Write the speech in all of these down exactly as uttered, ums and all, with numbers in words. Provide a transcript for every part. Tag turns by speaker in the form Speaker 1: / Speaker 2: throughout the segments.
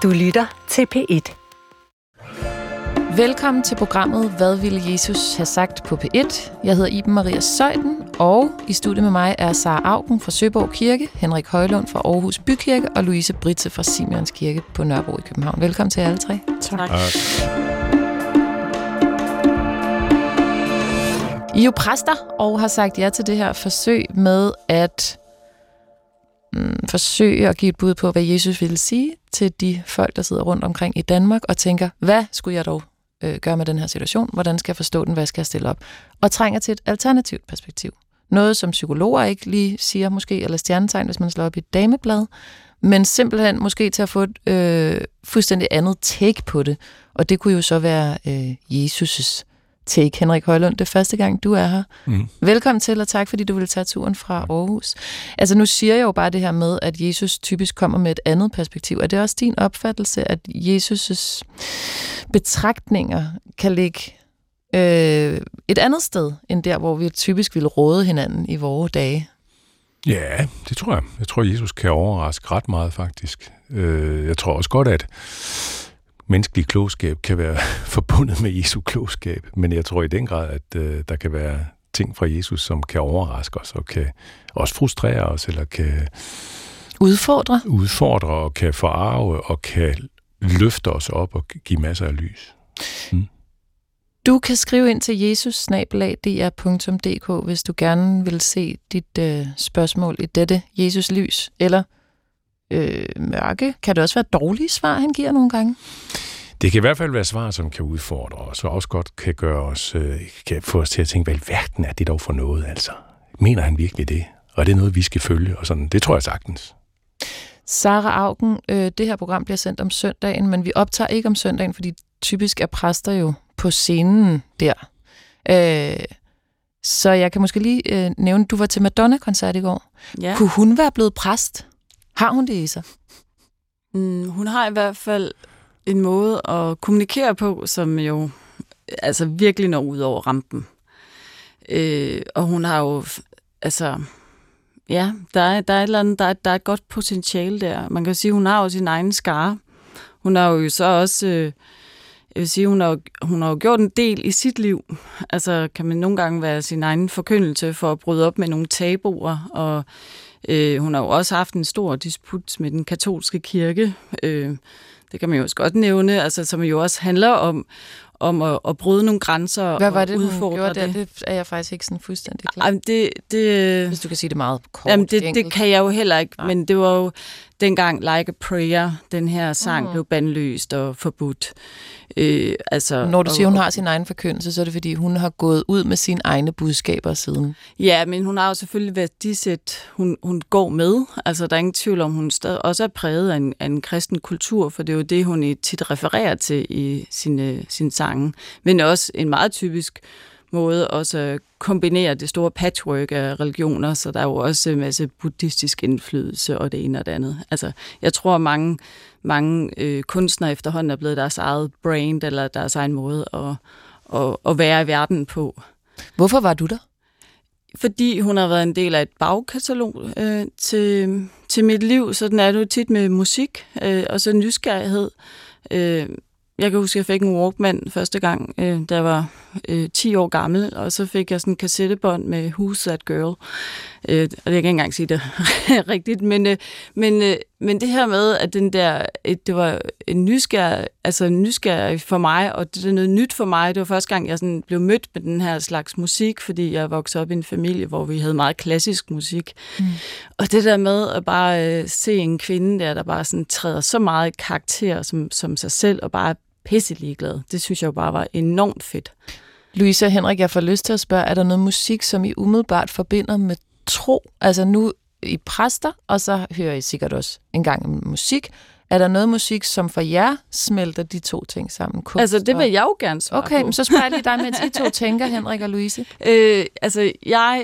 Speaker 1: Du lytter til P et.
Speaker 2: Velkommen til programmet Hvad ville Jesus have sagt på P et? Jeg hedder Iben Maria Zeuthen, og i studiet med mig er Sara Auken fra Søborg Kirke, Henrik Højlund fra Aarhus Bykirke og Louise Britze fra Simeons Kirke på Nørrebro i København. Velkommen til alle tre.
Speaker 3: Tak.
Speaker 2: I er jo præster og har sagt ja til det her forsøg med at mm, forsøge at give et bud på, hvad Jesus ville sige til de folk, der sidder rundt omkring i Danmark og tænker, hvad skulle jeg dog øh, gøre med den her situation? Hvordan skal jeg forstå den? Hvad skal jeg stille op? Og trænger til et alternativt perspektiv. Noget, som psykologer ikke lige siger måske, eller stjernetegn, hvis man slår op i et dameblad, men simpelthen måske til at få et øh, fuldstændig andet take på det. Og det kunne jo så være øh, Jesus' take. Henrik Højlund, det er første gang, du er her. Mm. Velkommen til, og tak, fordi du ville tage turen fra Aarhus. Altså, nu siger jeg jo bare det her med, at Jesus typisk kommer med et andet perspektiv. Er det også din opfattelse, at Jesus' betragtninger kan ligge øh, et andet sted, end der, hvor vi typisk ville råde hinanden i vore dage?
Speaker 3: Ja, det tror jeg. Jeg tror, Jesus kan overraske ret meget, faktisk. Jeg tror også godt, at menneskelig klogskab kan være forbundet med Jesu klogskab, men jeg tror i den grad, at øh, der kan være ting fra Jesus, som kan overraske os, og kan også frustrere os, eller kan
Speaker 2: udfordre,
Speaker 3: udfordre og kan forarve, og kan løfte os op og give masser af lys. Mm.
Speaker 2: Du kan skrive ind til jesus snabel-a d r punktum d k, hvis du gerne vil se dit øh, spørgsmål i dette Jesus-lys, eller Øh, mørke. Kan det også være dårlige svar, han giver nogle gange?
Speaker 3: Det kan i hvert fald være svar, som kan udfordre os, og også godt kan gøre os, øh, kan få os til at tænke, hvad i verden er det dog for noget, altså? Mener han virkelig det? Og er det noget, vi skal følge? Og sådan, det tror jeg sagtens.
Speaker 2: Sara Auken, øh, det her program bliver sendt om søndagen, men vi optager ikke om søndagen, fordi typisk er præster jo på scenen der. Øh, så jeg kan måske lige øh, nævne, du var til Madonna-koncert i går. Ja. Kunne hun være blevet præst? Har hun det i sig?
Speaker 4: Mm, hun har i hvert fald en måde at kommunikere på, som jo altså virkelig når ud over rampen. Øh, og hun har jo, altså, ja, der er, der er et eller andet, der er, der er et godt potentiale der. Man kan sige, hun har jo sin egen skare. Hun har jo så også, øh, jeg vil sige, hun har, hun har jo gjort en del i sit liv. Altså, kan man nogle gange være sin egen forkyndelse for at bryde op med nogle tabuer, og Øh, hun har jo også haft en stor disput med den katolske kirke. Øh, det kan man jo også godt nævne, altså, som jo også handler om, om at, at bryde nogle grænser.
Speaker 2: Hvad var det,
Speaker 4: og
Speaker 2: hun
Speaker 4: udfordre
Speaker 2: gjorde der?
Speaker 4: det.
Speaker 2: Det er jeg faktisk ikke sådan fuldstændig klar.
Speaker 4: Jamen, det, det,
Speaker 2: Hvis du kan sige det meget kort.
Speaker 4: Jamen, det, det kan jeg jo heller ikke, Nej. Men det var jo dengang Like a Prayer, den her sang, mm. blev bandlyst og forbudt. Øh, altså,
Speaker 2: Når du siger,
Speaker 4: og,
Speaker 2: hun har sin egen forkyndelse, så er det fordi, hun har gået ud med sine egne budskaber siden.
Speaker 4: Ja, men hun har jo selvfølgelig værdisæt, hun, hun går med. Altså, der er ingen tvivl om, hun stadig også er præget af en, af en kristen kultur, for det er jo det, hun tit refererer til i sine, sine sange. Men også en meget typisk måde også at kombinere det store patchwork af religioner, så der er jo også en masse buddhistisk indflydelse og det ene og det andet. Altså, jeg tror, mange, mange øh, kunstnere efterhånden er blevet deres eget brand, eller deres egen måde at, at, at være i verden på.
Speaker 2: Hvorfor var du der?
Speaker 4: Fordi hun har været en del af et bagkatalog øh, til, til mit liv, så den er jo tit med musik, øh, og så nysgerrighed. Øh, Jeg kan huske, at jeg fik en Walkman første gang, øh, da jeg var øh, ti år gammel, og så fik jeg sådan en kassettebånd med Who's That Girl. Øh, og jeg kan ikke engang sige det rigtigt, men, øh, men, øh, men det her med, at den der, et, det var en nysgerrig, altså en nysgerrig for mig, og det er noget nyt for mig. Det var første gang, jeg sådan blev mødt med den her slags musik, fordi jeg voksede op i en familie, hvor vi havde meget klassisk musik. Mm. Og det der med at bare øh, se en kvinde der, der bare sådan træder så meget i karakter som, som sig selv, og bare pisse ligeglad. Det synes jeg jo bare var enormt fedt.
Speaker 2: Louise og Henrik, jeg får lyst til at spørge, er der noget musik, som I umiddelbart forbinder med tro? Altså nu I præster, og så hører I sikkert også en gang musik. Er der noget musik, som for jer smelter de to ting sammen? Kunst
Speaker 4: altså det vil jeg jo gerne svare
Speaker 2: Okay,
Speaker 4: på.
Speaker 2: men så spørger jeg lige dig, mens I to tænker, Henrik og Louise.
Speaker 4: Øh, altså jeg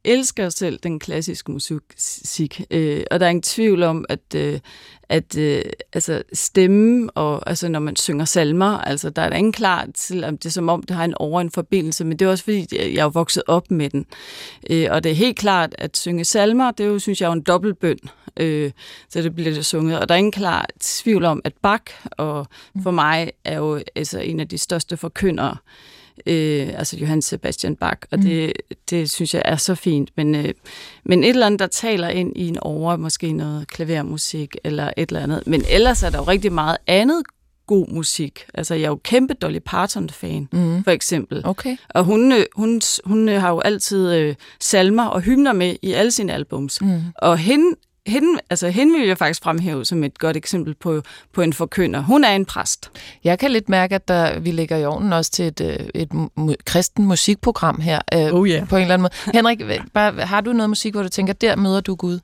Speaker 4: elsker selv den klassiske musik, øh, og der er ingen tvivl om, at, øh, at øh, altså stemme, og altså når man synger salmer, altså der er der ingen klar til, om det er som om, det har en over en forbindelse, men det er også fordi, jeg er vokset op med den. Øh, og det er helt klart, at synge salmer, det er jo, synes jeg, er en dobbeltbøn, øh, så det bliver det sunget, og der er ingen klar tvivl om, at Bach, og for mig er jo altså en af de største forkyndere, Øh, altså Johann Sebastian Bach, og det, det synes jeg er så fint, men, øh, men et eller andet, der taler ind i en over, måske noget klavermusik eller et eller andet, men ellers er der jo rigtig meget andet god musik. Altså jeg er jo kæmpe Dolly Parton-fan, mm. for eksempel,
Speaker 2: okay.
Speaker 4: og hun, hun, hun har jo altid øh, salmer og hymner med i alle sine albums, mm. og hende Hende, altså, hende vil jeg faktisk fremhæve som et godt eksempel på, på en forkynder. Hun er en præst.
Speaker 2: Jeg kan lidt mærke, at der, vi lægger i ovnen også til et, et, et kristen musikprogram her. Øh,
Speaker 4: oh yeah.
Speaker 2: På en eller anden måde. Henrik, bare, har du noget musik, hvor du tænker, der møder du Gud?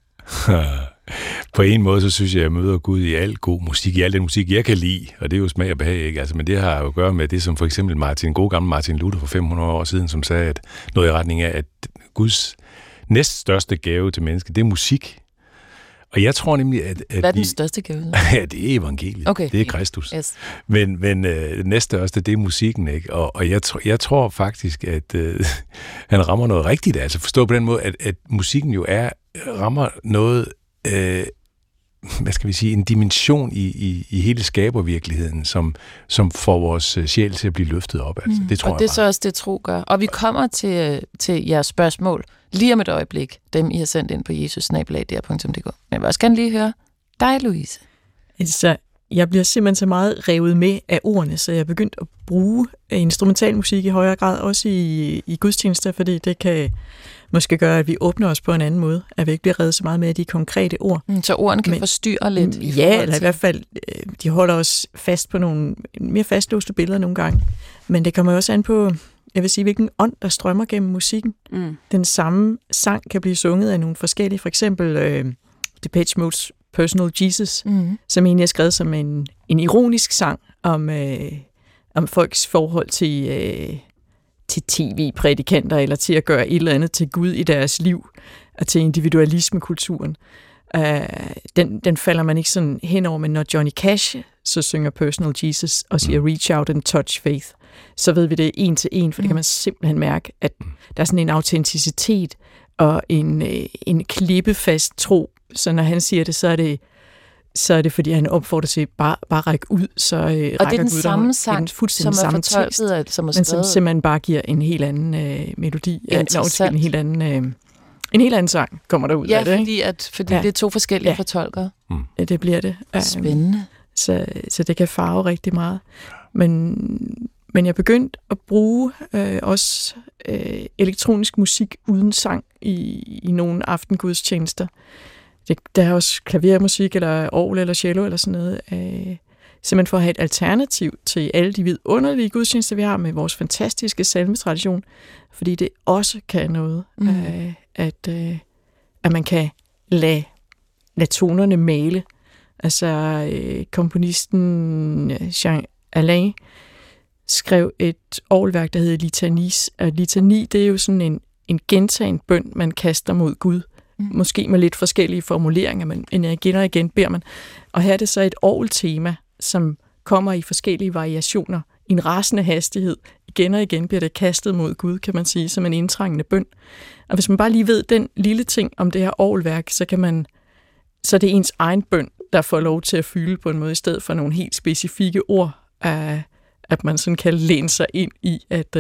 Speaker 3: På en måde, så synes jeg, at jeg møder Gud i al god musik, i al den musik, jeg kan lide, og det er jo smag og behag, ikke? Altså, men det har jo at gøre med det, som for eksempel Martin, god gammel Martin Luther for fem hundrede år siden, som sagde, at noget i retning af, at Guds næststørste gave til mennesket, det er musik. Og jeg tror nemlig, at... at
Speaker 2: Hvad er den
Speaker 3: vi,
Speaker 2: største gave?
Speaker 3: Ja, det er evangeliet.
Speaker 2: Okay.
Speaker 3: Det er Kristus.
Speaker 2: Yes.
Speaker 3: Men, men øh, næststørste, det er musikken, ikke? Og, og jeg, tr- jeg tror faktisk, at øh, han rammer noget rigtigt. Altså forstå på den måde, at, at musikken jo er rammer noget... Øh, hvad skal vi sige, en dimension i, i, i hele skabervirkeligheden, som, som får vores sjæl til at blive løftet op. Altså. Det tror
Speaker 2: og
Speaker 3: jeg
Speaker 2: det er
Speaker 3: bare.
Speaker 2: så også det, tro gør. Og vi kommer til, til jeres spørgsmål lige om et øjeblik, dem I har sendt ind på jesus snabel-a d r punktum d k. Men jeg vil også gerne lige høre dig, Louise.
Speaker 1: Altså, jeg bliver simpelthen så meget revet med af ordene, så jeg er begyndt at bruge instrumental musik i højere grad, også i, i gudstjenester, fordi det kan måske gøre, at vi åbner os på en anden måde, at vi ikke bliver revet så meget med af de konkrete ord.
Speaker 2: Mm, så ordene kan Men, forstyrre lidt?
Speaker 1: I ja, eller i hvert fald, de holder os fast på nogle mere fastlåste billeder nogle gange. Men det kommer også an på, jeg vil sige, hvilken ånd, der strømmer gennem musikken. Mm. Den samme sang kan blive sunget af nogle forskellige, for eksempel øh, Depeche Mode's Personal Jesus, mm. som egentlig er skrevet som en, en ironisk sang om, øh, om folks forhold til... Øh, til tv-prædikanter, eller til at gøre et eller andet til Gud i deres liv, og til individualismekulturen. Uh, den, den falder man ikke sådan henover, men når Johnny Cash så synger Personal Jesus og siger Reach Out and Touch Faith, så ved vi det en til en, for det kan man simpelthen mærke, at der er sådan en autenticitet og en, en klippefast tro. Så når han siger det, så er det så er det, fordi han opfordrer til bare, bare at række ud, så øh, rækker Gud.
Speaker 2: Og det er den samme sang,
Speaker 1: som er
Speaker 2: fortolket, at, som er
Speaker 1: men som simpelthen bare giver en helt anden øh, melodi. Interessant. En helt anden, øh, en helt anden sang kommer der ud
Speaker 2: ja,
Speaker 1: af det.
Speaker 2: Fordi, at, fordi ja. det er to forskellige ja. fortolkere.
Speaker 1: Mm. Ja, det bliver det.
Speaker 2: Spændende.
Speaker 1: Så, så det kan farve rigtig meget. Men, men jeg begyndte at bruge øh, også øh, elektronisk musik uden sang i, i nogle aftengudstjenester. Det, der er også klavermusik, eller orgel, eller cello, eller sådan noget. Øh, simpelthen for at have et alternativ til alle de vidunderlige gudstjenester, vi har med vores fantastiske salmetradition. Fordi det også kan noget, mm. øh, at, øh, at man kan lade, lade tonerne male. Altså, øh, komponisten Jean Alain skrev et orgelværk, der hedder Litanis. Og litani, det er jo sådan en, en gentagen bøn, man kaster mod Gud. Måske med lidt forskellige formuleringer, men igen og igen beder man. Og her er det så et orgeltema, som kommer i forskellige variationer, i en rasende hastighed. Igen og igen bliver det kastet mod Gud, kan man sige, som en indtrængende bøn. Og hvis man bare lige ved den lille ting om det her orgelværk, så kan man, så er det ens egen bøn, der får lov til at fylde på en måde, i stedet for nogle helt specifikke ord, at man sådan kan læne sig ind i, at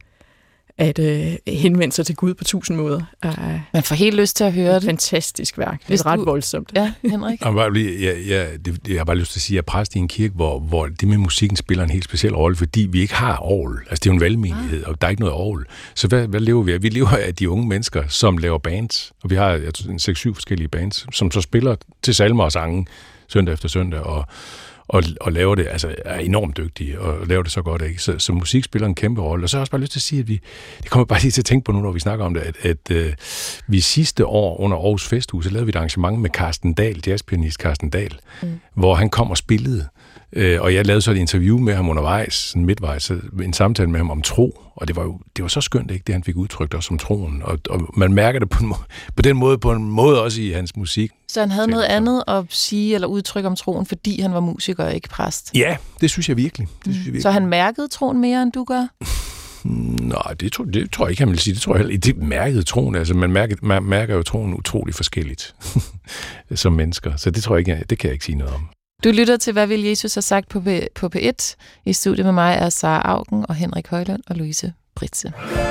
Speaker 1: at øh, henvende sig til Gud på tusind måder. Uh,
Speaker 2: Man får helt lyst til at høre det.
Speaker 1: Fantastisk værk. Det er ret
Speaker 2: du...
Speaker 1: voldsomt.
Speaker 2: Ja, Henrik?
Speaker 3: Jeg har bare, jeg, jeg, jeg har bare lyst til at sige, at jeg er præst i en kirke, hvor, hvor det med musikken spiller en helt speciel rolle, fordi vi ikke har orgel. Altså, det er jo en valgmenighed, ah. og der er ikke noget orgel. Så hvad, hvad lever vi af? Vi lever af de unge mennesker, som laver bands, og vi har seks syv forskellige bands, som så spiller til salmer og sange søndag efter søndag, og og, og laver det, altså er enormt dygtige, og laver det så godt, ikke? Så, så musik spiller en kæmpe rolle. Og så har jeg også bare lyst til at sige, at vi, det kommer bare lige til at tænke på nu, når vi snakker om det, at, at øh, vi sidste år under Aarhus Festhus, så lavede vi et arrangement med Carsten Dahl, jazzpianist Carsten Dahl, mm. hvor han kom og spillede. Øh, og jeg lavede så et interview med ham undervejs, sådan midtvejs, så en samtale med ham om tro, og det var jo det var så skønt, ikke, det han fik udtrykt også som troen, og, og man mærker det på, en, på den måde, på en måde også i hans musik.
Speaker 2: Så han havde noget andet at sige eller udtrykke om troen, fordi han var musiker og ikke præst?
Speaker 3: Ja, det synes jeg virkelig. Det synes jeg virkelig.
Speaker 2: Så han mærkede troen mere, end du gør?
Speaker 3: Nej, det tror, det tror jeg ikke, han vil sige. Det tror jeg heller. Det mærkede troen. Altså, man mærker, man mærker jo troen utrolig forskelligt som mennesker, så det tror jeg ikke, det kan jeg ikke sige noget om.
Speaker 2: Du lytter til, hvad vil Jesus have sagt på, P- på P et. I studiet med mig er Sara Augen og Henrik Højlund og Louise Britze.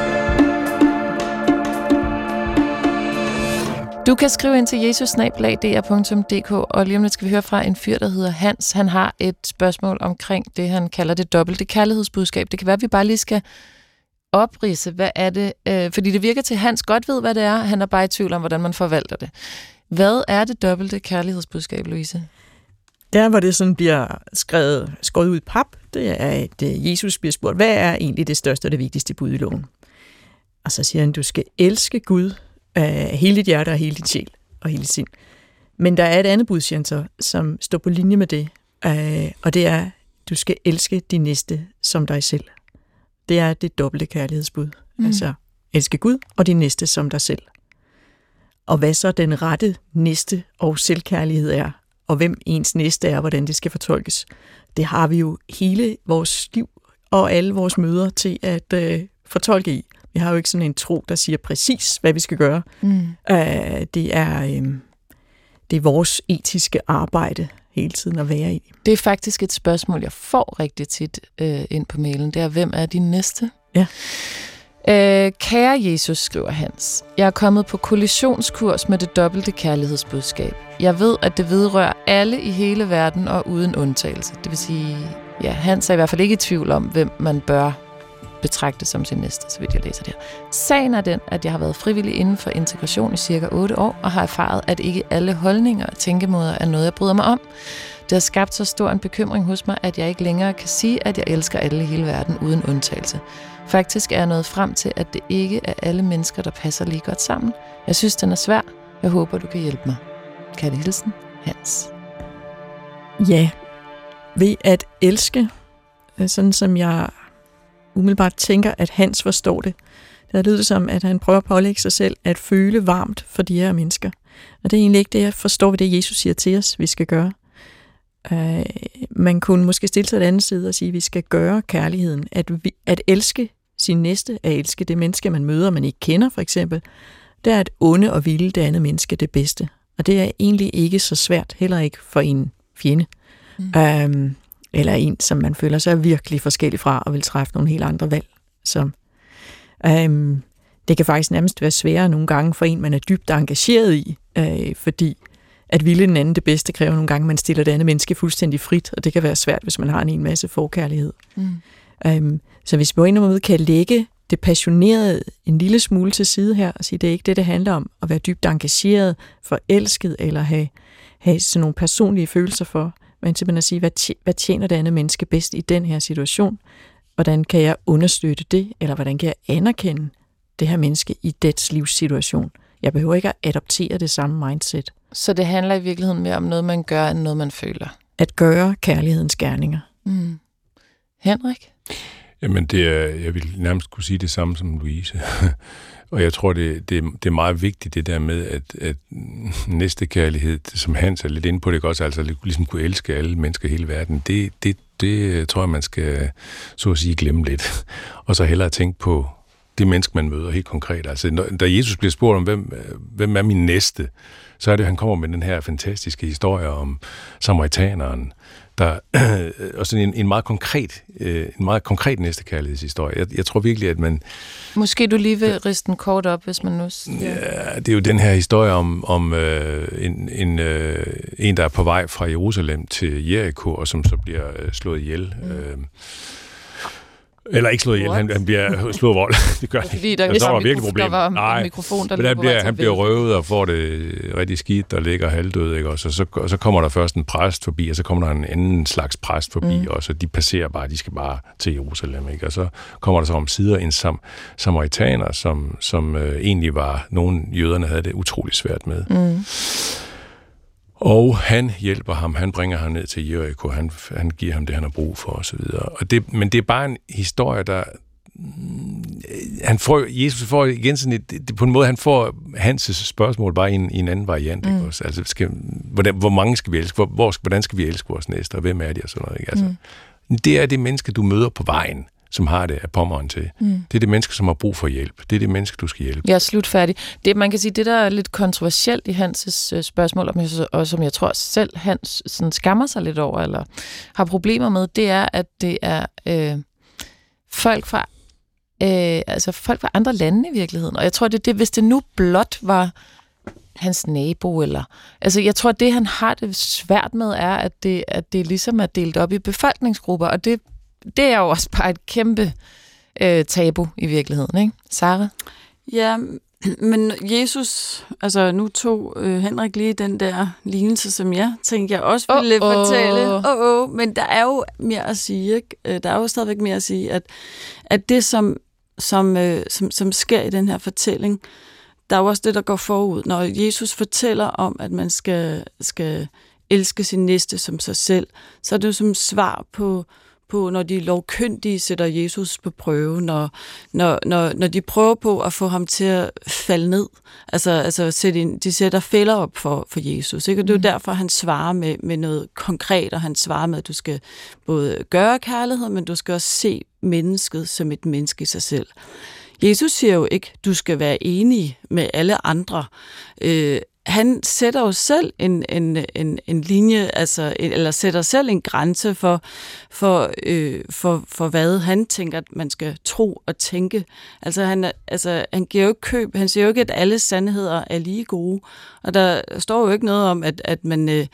Speaker 2: Du kan skrive ind til jesus snabel-a d r punktum d k, og lige om lidt skal vi høre fra en fyr, der hedder Hans. Han har et spørgsmål omkring det, han kalder det dobbelte kærlighedsbudskab. Det kan være, at vi bare lige skal opridse, hvad er det? Øh, fordi det virker til, at Hans godt ved, hvad det er. Han er bare i tvivl om, hvordan man forvalter det. Hvad er det dobbelte kærlighedsbudskab, Louise?
Speaker 1: Der, hvor det sådan bliver skrevet, skåret ud i pap, det er, at Jesus bliver spurgt, hvad er egentlig det største og det vigtigste bud i loven? Og så siger han, du skal elske Gud af hele dit hjerte og hele dit sjæl og hele dit sind. Men der er et andet bud, siger han så, som står på linje med det, og det er, du skal elske din næste som dig selv. Det er det dobbelte kærlighedsbud. Mm. Altså, elske Gud og din næste som dig selv. Og hvad så den rette næste og selvkærlighed er, og hvem ens næste er, hvordan det skal fortolkes. Det har vi jo hele vores liv og alle vores møder til at øh, fortolke i. Vi har jo ikke sådan en tro, der siger præcis, hvad vi skal gøre. Mm. Øh, det, er, øh, det er vores etiske arbejde hele tiden at være i.
Speaker 2: Det er faktisk et spørgsmål, jeg får rigtig tit øh, ind på mailen. Det er, hvem er din næste?
Speaker 1: Ja.
Speaker 2: Øh, kære Jesus, skriver Hans, jeg er kommet på kollisionskurs med det dobbelte kærlighedsbudskab. Jeg ved, at det vedrører alle i hele verden og uden undtagelse. Det vil sige, ja, Hans er i hvert fald ikke i tvivl om, hvem man bør betragte som sin næste, så vidt jeg læser det her. Sagen er den, at jeg har været frivillig inden for integration i cirka otte år, og har erfaret, at ikke alle holdninger og tænkemåder er noget, jeg bryder mig om. Det har skabt så stor en bekymring hos mig, at jeg ikke længere kan sige, at jeg elsker alle i hele verden uden undtagelse. Faktisk er jeg nået frem til, at det ikke er alle mennesker, der passer lige godt sammen. Jeg synes, den er svær. Jeg håber, du kan hjælpe mig. Kærlig hilsen, Hans.
Speaker 1: Ja, ved at elske, sådan som jeg umiddelbart tænker, at Hans forstår det. Det lyder som, at han prøver at pålægge sig selv at føle varmt for de her mennesker. Og det er egentlig ikke det, jeg forstår ved det, Jesus siger til os, vi skal gøre. Uh, man kunne måske stille sig et andet side og sige, at vi skal gøre kærligheden. At, vi, at elske sin næste, at elske det menneske, man møder, man ikke kender for eksempel, det er at onde og ville det andet menneske det bedste. Og det er egentlig ikke så svært, heller ikke for en fjende. Mm. Um, eller en, som man føler sig virkelig forskellig fra, og vil træffe nogle helt andre valg. Så, um, det kan faktisk nærmest være sværere nogle gange for en, man er dybt engageret i, uh, fordi at ville den anden det bedste kræver nogle gange, at man stiller det andet menneske fuldstændig frit, og det kan være svært, hvis man har en, en masse forkærlighed. Mm. Um, så hvis vi på en eller anden måde kan lægge det passionerede en lille smule til side her, og sige, det er ikke det, det handler om, at være dybt engageret, forelsket, eller have, have sådan nogle personlige følelser for, men simpelthen at sige, hvad tjener det andet menneske bedst i den her situation? Hvordan kan jeg understøtte det, eller hvordan kan jeg anerkende det her menneske i dets livssituation? Jeg behøver ikke at adoptere det samme mindset.
Speaker 2: Så det handler i virkeligheden mere om noget, man gør, end noget, man føler?
Speaker 1: At gøre kærlighedens gerninger.
Speaker 2: Mm. Henrik?
Speaker 3: Jamen, det er, jeg vil nærmest kunne sige det samme som Louise. Og jeg tror, det, det, det er meget vigtigt, det der med, at, at næstekærlighed, som Hans er lidt inde på, det også, altså ligesom kunne elske alle mennesker i hele verden, det, det, det tror jeg, man skal så at sige glemme lidt. Og så hellere tænke på det menneske, man møder helt konkret. Altså, når, da Jesus bliver spurgt om, hvem, hvem er min næste, så er det, at han kommer med den her fantastiske historie om samaritaneren, der og sådan en, en meget konkret, en meget konkret næstekærlighedshistorie. Jeg, jeg tror virkelig, at man...
Speaker 2: Måske du lige vil riste den kort op, hvis man nu...
Speaker 3: Ja, ja det er jo den her historie om, om øh, en, en, øh, en, der er på vej fra Jerusalem til Jericho, og som så bliver øh, slået ihjel. Mm. Øh, Eller ikke slået ihjel, han, han bliver slået vold. Det gør han
Speaker 2: fordi der,
Speaker 3: ikke. Så var virkelig
Speaker 2: mikro-
Speaker 3: problem.
Speaker 2: der var
Speaker 3: Nej,
Speaker 2: en mikrofon, der
Speaker 3: men han
Speaker 2: på
Speaker 3: bliver,
Speaker 2: vej
Speaker 3: han
Speaker 2: til
Speaker 3: bliver
Speaker 2: at vælte.
Speaker 3: røvet og får det rigtig skidt, der ligger halvdød, ikke? Og så, så, og så kommer der først en præst forbi, og så kommer der en anden slags præst forbi, mm. og så de passerer bare, de skal bare til Jerusalem, ikke? Og så kommer der så om sider en sam, samaritaner, som, som øh, egentlig var, nogle jøderne havde det utrolig svært med. Mm. Og han hjælper ham, han bringer ham ned til Jericho, han, han giver ham det, han har brug for, og så videre. Og det, men det er bare en historie, der... Han får, Jesus får igen sådan et... Det, på en måde, han får hans spørgsmål bare i en, i en anden variant, ikke? Mm. Altså, skal, hvordan, hvor mange skal vi elske? Hvor, hvor, hvordan skal vi elske vores næste? Og hvem er de? Og sådan noget, ikke? Altså, mm. Det er det menneske, du møder på vejen, som har det af pommeren til. Mm. Det er det menneske, som har brug for hjælp. Det er det menneske, du skal hjælpe.
Speaker 2: Jeg er slutfærdig. Det, man kan sige, det der er lidt kontroversielt i Hans' øh, spørgsmål, og som jeg tror selv Hans sådan skammer sig lidt over, eller har problemer med, det er, at det er øh, folk fra øh, altså folk fra andre lande i virkeligheden. Og jeg tror, det er det, hvis det nu blot var hans nabo, eller... Altså, jeg tror, det, han har det svært med, er, at det, at det ligesom er delt op i befolkningsgrupper, og det Det er jo også bare et kæmpe øh, tabu i virkeligheden, ikke? Sara?
Speaker 4: Ja, men Jesus, altså nu tog øh, Henrik lige den der lignelse, som jeg tænkte, jeg også ville oh, oh. fortælle. Åh, oh, oh. Men der er jo mere at sige, ikke? Der er jo stadigvæk mere at sige, at, at det, som, som, øh, som, som sker i den her fortælling, der er jo også det, der går forud. Når Jesus fortæller om, at man skal, skal elske sin næste som sig selv, så er det jo som svar på på, når de lovkyndige sætter Jesus på prøve, når, når, når, når de prøver på at få ham til at falde ned. Altså, altså sætte ind, de sætter fælder op for, for Jesus. Ikke? Og det er jo derfor, han svarer med, med noget konkret, og han svarer med, at du skal både gøre kærlighed, men du skal også se mennesket som et menneske i sig selv. Jesus siger jo ikke, du skal være enig med alle andre. Øh, Han sætter jo selv en, en, en, en linje, altså, eller sætter selv en grænse for, for, øh, for, for, hvad han tænker, at man skal tro og tænke. Altså han, altså, han giver jo ikke køb, han siger jo ikke, at alle sandheder er lige gode. Og der står jo ikke noget om, at, at man, øh,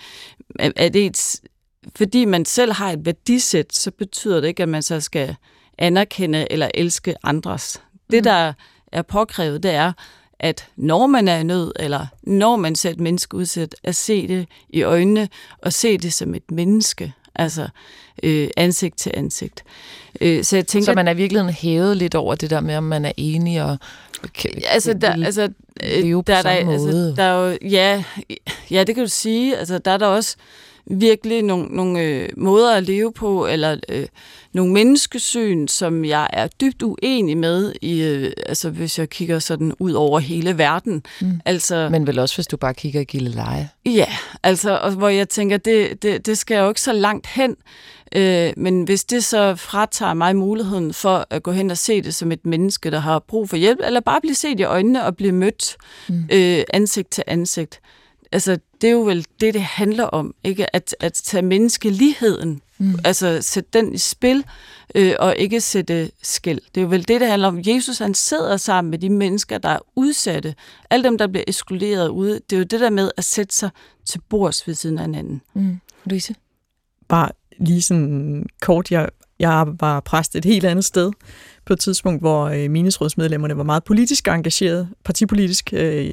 Speaker 4: at et, fordi man selv har et værdisæt, så betyder det ikke, at man så skal anerkende eller elske andres. Mm. Det, der er påkrævet, det er, at når man er i nød, eller når man ser et menneske udsat, at se det i øjnene, og se det som et menneske, altså øh, ansigt til ansigt. Øh, så jeg tænker,
Speaker 2: så man er i virkeligheden hævet lidt over det der med, om man er enig og
Speaker 4: altså der, altså
Speaker 2: leve på
Speaker 4: der,
Speaker 2: samme
Speaker 4: der,
Speaker 2: måde.
Speaker 4: Altså, der er jo, ja, ja, det kan du sige. Altså der er der også virkelig nogle, nogle øh, måder at leve på, eller øh, nogle menneskesyn, som jeg er dybt uenig med, i, øh, altså hvis jeg kigger sådan ud over hele verden.
Speaker 2: Mm.
Speaker 4: Altså,
Speaker 2: men vel også, hvis du bare kigger i Gilleleje.
Speaker 4: Ja, altså, og hvor jeg tænker, det, det, det skal jo ikke så langt hen, øh, men hvis det så fratager mig muligheden for at gå hen og se det som et menneske, der har brug for hjælp, eller bare blive set i øjnene og blive mødt mm. øh, ansigt til ansigt, altså, det er jo vel det, det handler om, ikke? At, at tage menneskeligheden, mm. altså sætte den i spil, øh, og ikke sætte skel. Det er jo vel det, det handler om. Jesus, han sidder sammen med de mennesker, der er udsatte. Alle dem, der bliver ekskluderet ude. Det er jo det der med at sætte sig til bords ved siden af hinanden.
Speaker 2: Mm. Louise?
Speaker 1: Bare lige sådan kort, jeg, jeg var præst et helt andet sted på et tidspunkt, hvor øh, menighedsrådsmedlemmerne var meget politisk engageret, partipolitisk, øh,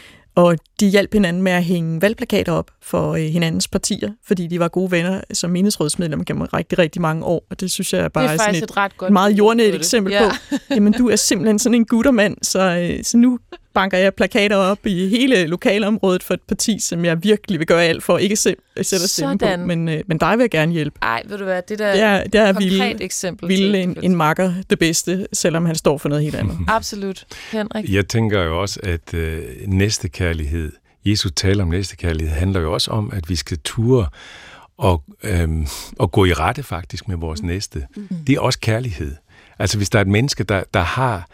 Speaker 1: og de hjalp hinanden med at hænge valgplakater op for øh, hinandens partier, fordi de var gode venner som menighedsrådsmedlemmer gennem rigtig, rigtig mange år. Og det synes jeg bare
Speaker 2: det er,
Speaker 1: er sådan et,
Speaker 2: et ret godt
Speaker 1: meget jordnært eksempel ja. på. Jamen, du er simpelthen sådan en guttermand, så, øh, så nu banker jeg plakater op i hele lokalområdet for et parti, som jeg virkelig vil gøre alt for, ikke selv sætte stemme på, men, øh, men dig vil jeg gerne hjælpe.
Speaker 2: Ej, ved du hvad, det der
Speaker 1: det er, det er
Speaker 2: konkret
Speaker 1: vilde,
Speaker 2: eksempel.
Speaker 1: Vilde en, en makker det bedste, selvom han står for noget helt andet.
Speaker 2: Absolut. Henrik?
Speaker 3: Jeg tænker jo også, at øh, næstekærlighed, Jesus taler om næstekærlighed, handler jo også om, at vi skal ture og, øhm, og gå i rette faktisk med vores næste. Mm. Det er også kærlighed. Altså hvis der er et menneske, der, der har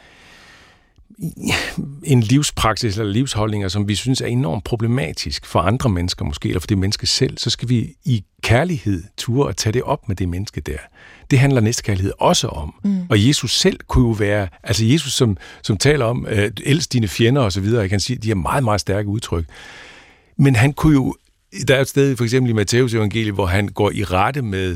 Speaker 3: en livspraksis eller livsholdninger, som vi synes er enormt problematisk for andre mennesker måske, eller for det menneske selv, så skal vi i kærlighed ture og tage det op med det menneske der. Det handler næstekærlighed også om. Mm. Og Jesus selv kunne jo være, altså Jesus som, som taler om, øh, elsk dine fjender og så videre, jeg kan sige, de har meget, meget stærke udtryk. Men han kunne jo, der er et sted for eksempel i Matteus evangeliet, hvor han går i rette med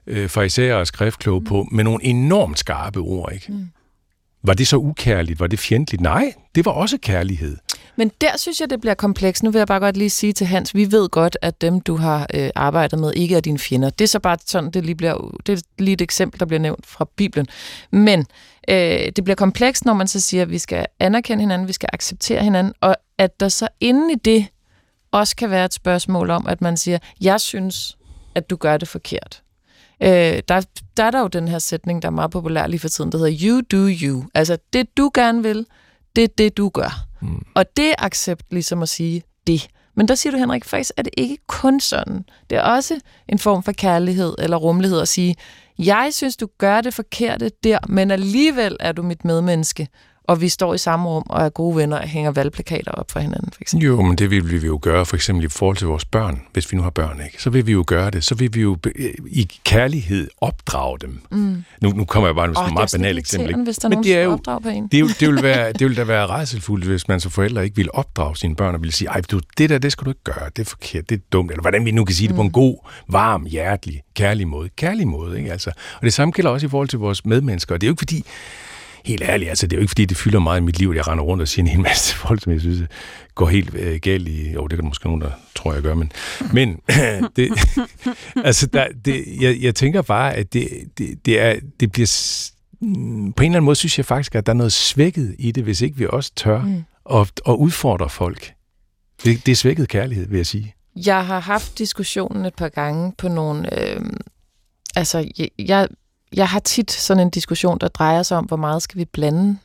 Speaker 3: øh, farisæere og skriftkloge mm. på, med nogle enormt skarpe ord, ikke? Mm. Var det så ukærligt? Var det fjendtligt? Nej, det var også kærlighed.
Speaker 2: Men der synes jeg, det bliver komplekst. Nu vil jeg bare godt lige sige til Hans, vi ved godt, at dem, du har øh, arbejdet med, ikke er dine fjender. Det er så bare sådan, det lige bliver, det er lige et eksempel, der bliver nævnt fra Bibelen. Men øh, det bliver komplekst, når man så siger, at vi skal anerkende hinanden, vi skal acceptere hinanden, og at der så inde i det også kan være et spørgsmål om, at man siger, jeg synes, at du gør det forkert. Øh, der, der er der jo den her sætning, der er meget populær lige for tiden, der hedder you do you. Altså, det du gerne vil, det er det, du gør. Mm. Og det er accept ligesom at sige det. Men der siger du, Henrik, faktisk er det ikke kun sådan. Det er også en form for kærlighed eller rummelighed at sige, jeg synes, du gør det forkerte der, men alligevel er du mit medmenneske. Og vi står i samme rum og er gode venner og hænger valgplakater op for hinanden, for eksempel.
Speaker 3: Jo, men det vil vi jo gøre, for eksempel i forhold til vores børn, hvis vi nu har børn, ikke? Så vil vi jo gøre det. Så vil vi jo i kærlighed opdrage dem. Mm. Nu, nu kommer jeg bare med sådan et meget banalt eksempel. Ikke?
Speaker 2: Hvis der men det er jo, opdrage på en.
Speaker 3: Det, er jo, det, vil være, det vil da være rædselsfuldt, hvis man som forældre ikke vil opdrage sine børn og vil sige, ej, du, det der, det skal du ikke gøre, det er forkert, det er dumt, eller hvordan vi nu kan sige mm. det på en god, varm, hjertelig, kærlig måde. Kærlig måde, ikke? Altså, og det samme gælder også i forhold til vores medmennesker. Og det er jo ikke fordi, helt ærligt, altså det er jo ikke fordi, det fylder meget i mit liv, at jeg render rundt og siger en hel masse folk, som jeg synes går helt øh, galt i. Jo, det kan der måske nogen, der tror, jeg gør, men, men det, altså der, det, jeg, jeg tænker bare, at det, det, det, er, det bliver, på en eller anden måde synes jeg faktisk, at der er noget svækket i det, hvis ikke vi også tør mm. at, at udfordre folk. Det, det er svækket kærlighed, vil jeg sige.
Speaker 2: Jeg har haft diskussionen et par gange på nogle, øh, altså jeg, jeg Jeg har tit sådan en diskussion, der drejer sig om, hvor meget skal vi blande,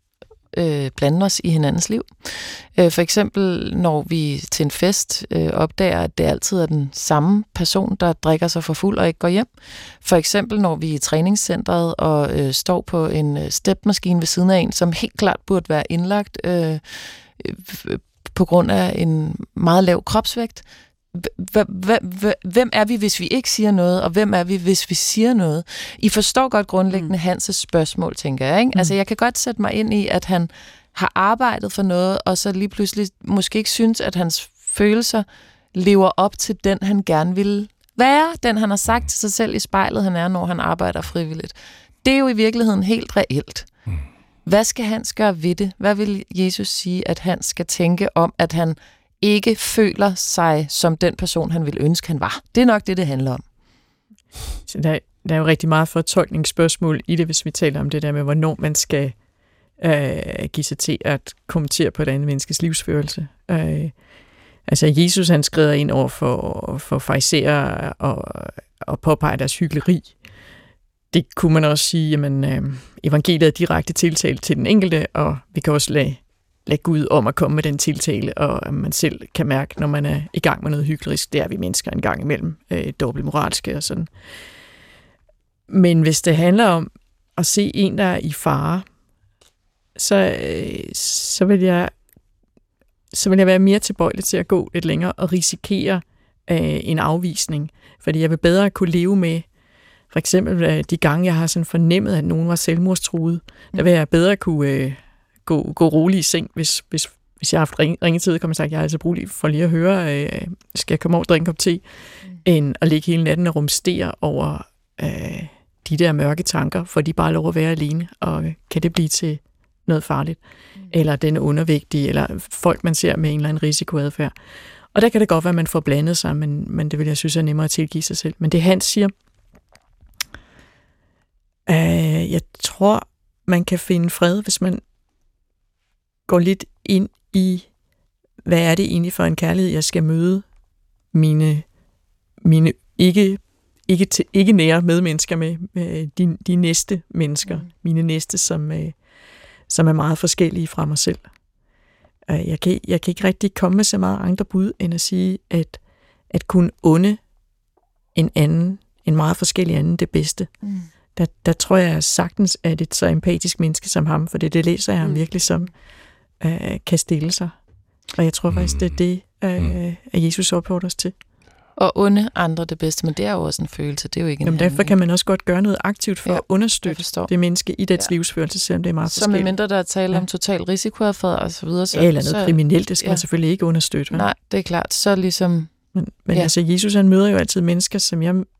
Speaker 2: øh, blande os i hinandens liv. Øh, for eksempel, når vi til en fest øh, opdager, at det altid er den samme person, der drikker sig for fuld og ikke går hjem. For eksempel, når vi er i træningscentret og øh, står på en stepmaskine ved siden af en, som helt klart burde være indlagt øh, øh, på grund af en meget lav kropsvægt. Hvem er vi, hvis vi ikke siger noget, og hvem er vi, hvis vi siger noget? I forstår godt grundlæggende mm. Hans' spørgsmål, tænker jeg. Ikke? Mm. Altså, jeg kan godt sætte mig ind i, at han har arbejdet for noget, og så lige pludselig måske ikke synes, at hans følelser lever op til den, han gerne vil være. Den, han har sagt til sig selv i spejlet, han er, når han arbejder frivilligt. Det er jo i virkeligheden helt reelt. Mm. Hvad skal Hans gøre ved det? Hvad vil Jesus sige, at han skal tænke om, at han ikke føler sig som den person, han ville ønske, han var? Det er nok det, det handler om.
Speaker 1: Så der, der er jo rigtig meget fortolkningsspørgsmål i det, hvis vi taler om det der med, hvornår man skal øh, give sig til at kommentere på et andet menneskes livsførelse. Øh, altså, Jesus, han skrider ind over for, for farisæere og, og påpeger deres hykleri. Det kunne man også sige, jamen, øh, evangeliet er direkte tiltalt til den enkelte, og vi kan også lade lad Gud om at komme med den tiltale, og man selv kan mærke, når man er i gang med noget hyklerisk, det er vi mennesker en gang imellem, øh, dobbeltmoralske og sådan. Men hvis det handler om at se en, der er i fare, så, øh, så, vil jeg, så vil jeg være mere tilbøjelig til at gå lidt længere og risikere øh, en afvisning, fordi jeg vil bedre kunne leve med, for eksempel øh, de gange, jeg har sådan fornemmet, at nogen var selvmordstruet, der vil jeg bedre kunne øh, Gå, gå rolig i seng, hvis, hvis, hvis jeg har haft ring, ringetid, kan man sige, at jeg er altså brug for lige at høre, øh, skal jeg komme over og drikke en kop te, mm. end at ligge hele natten og rumstere over øh, de der mørke tanker, for de bare lov at være alene, og øh, kan det blive til noget farligt, mm. eller den undervægtige, eller folk, man ser med en eller anden risikoadfærd. Og der kan det godt være, at man får blandet sig, men, men det vil jeg synes er nemmere at tilgive sig selv. Men det Hans siger, øh, jeg tror, man kan finde fred, hvis man går lidt ind i, hvad er det egentlig for en kærlighed, jeg skal møde mine, mine ikke, ikke, til, ikke nære medmennesker med, med de, de næste mennesker, mm. mine næste, som, som er meget forskellige fra mig selv. Jeg kan, jeg kan ikke rigtig komme med så meget andre bud, end at sige, at, at kunne unde en anden, en meget forskellig anden, det bedste. Mm. Der, der tror jeg sagtens, at et så empatisk menneske som ham, for det, det læser jeg ham mm. virkelig som, øh, kan stille sig. Og jeg tror faktisk, det er det, øh, at Jesus opfordrer os til.
Speaker 2: Og unde andre det bedste, men det er jo også en følelse, det er jo ikke en
Speaker 1: Jamen, derfor kan man også godt gøre noget aktivt for ja, at understøtte det menneske i dets ja. livsførelse, selvom det er meget forskelligt.
Speaker 2: Så med mindre der er tale ja. om total risikoadfærd og så videre. Så,
Speaker 1: ja, eller noget
Speaker 2: så,
Speaker 1: kriminelt, det skal ja. man selvfølgelig ikke understøtte.
Speaker 2: Nej, det er klart. Så ligesom...
Speaker 1: Men, men
Speaker 2: ja.
Speaker 1: altså, Jesus han møder jo altid mennesker, som jeg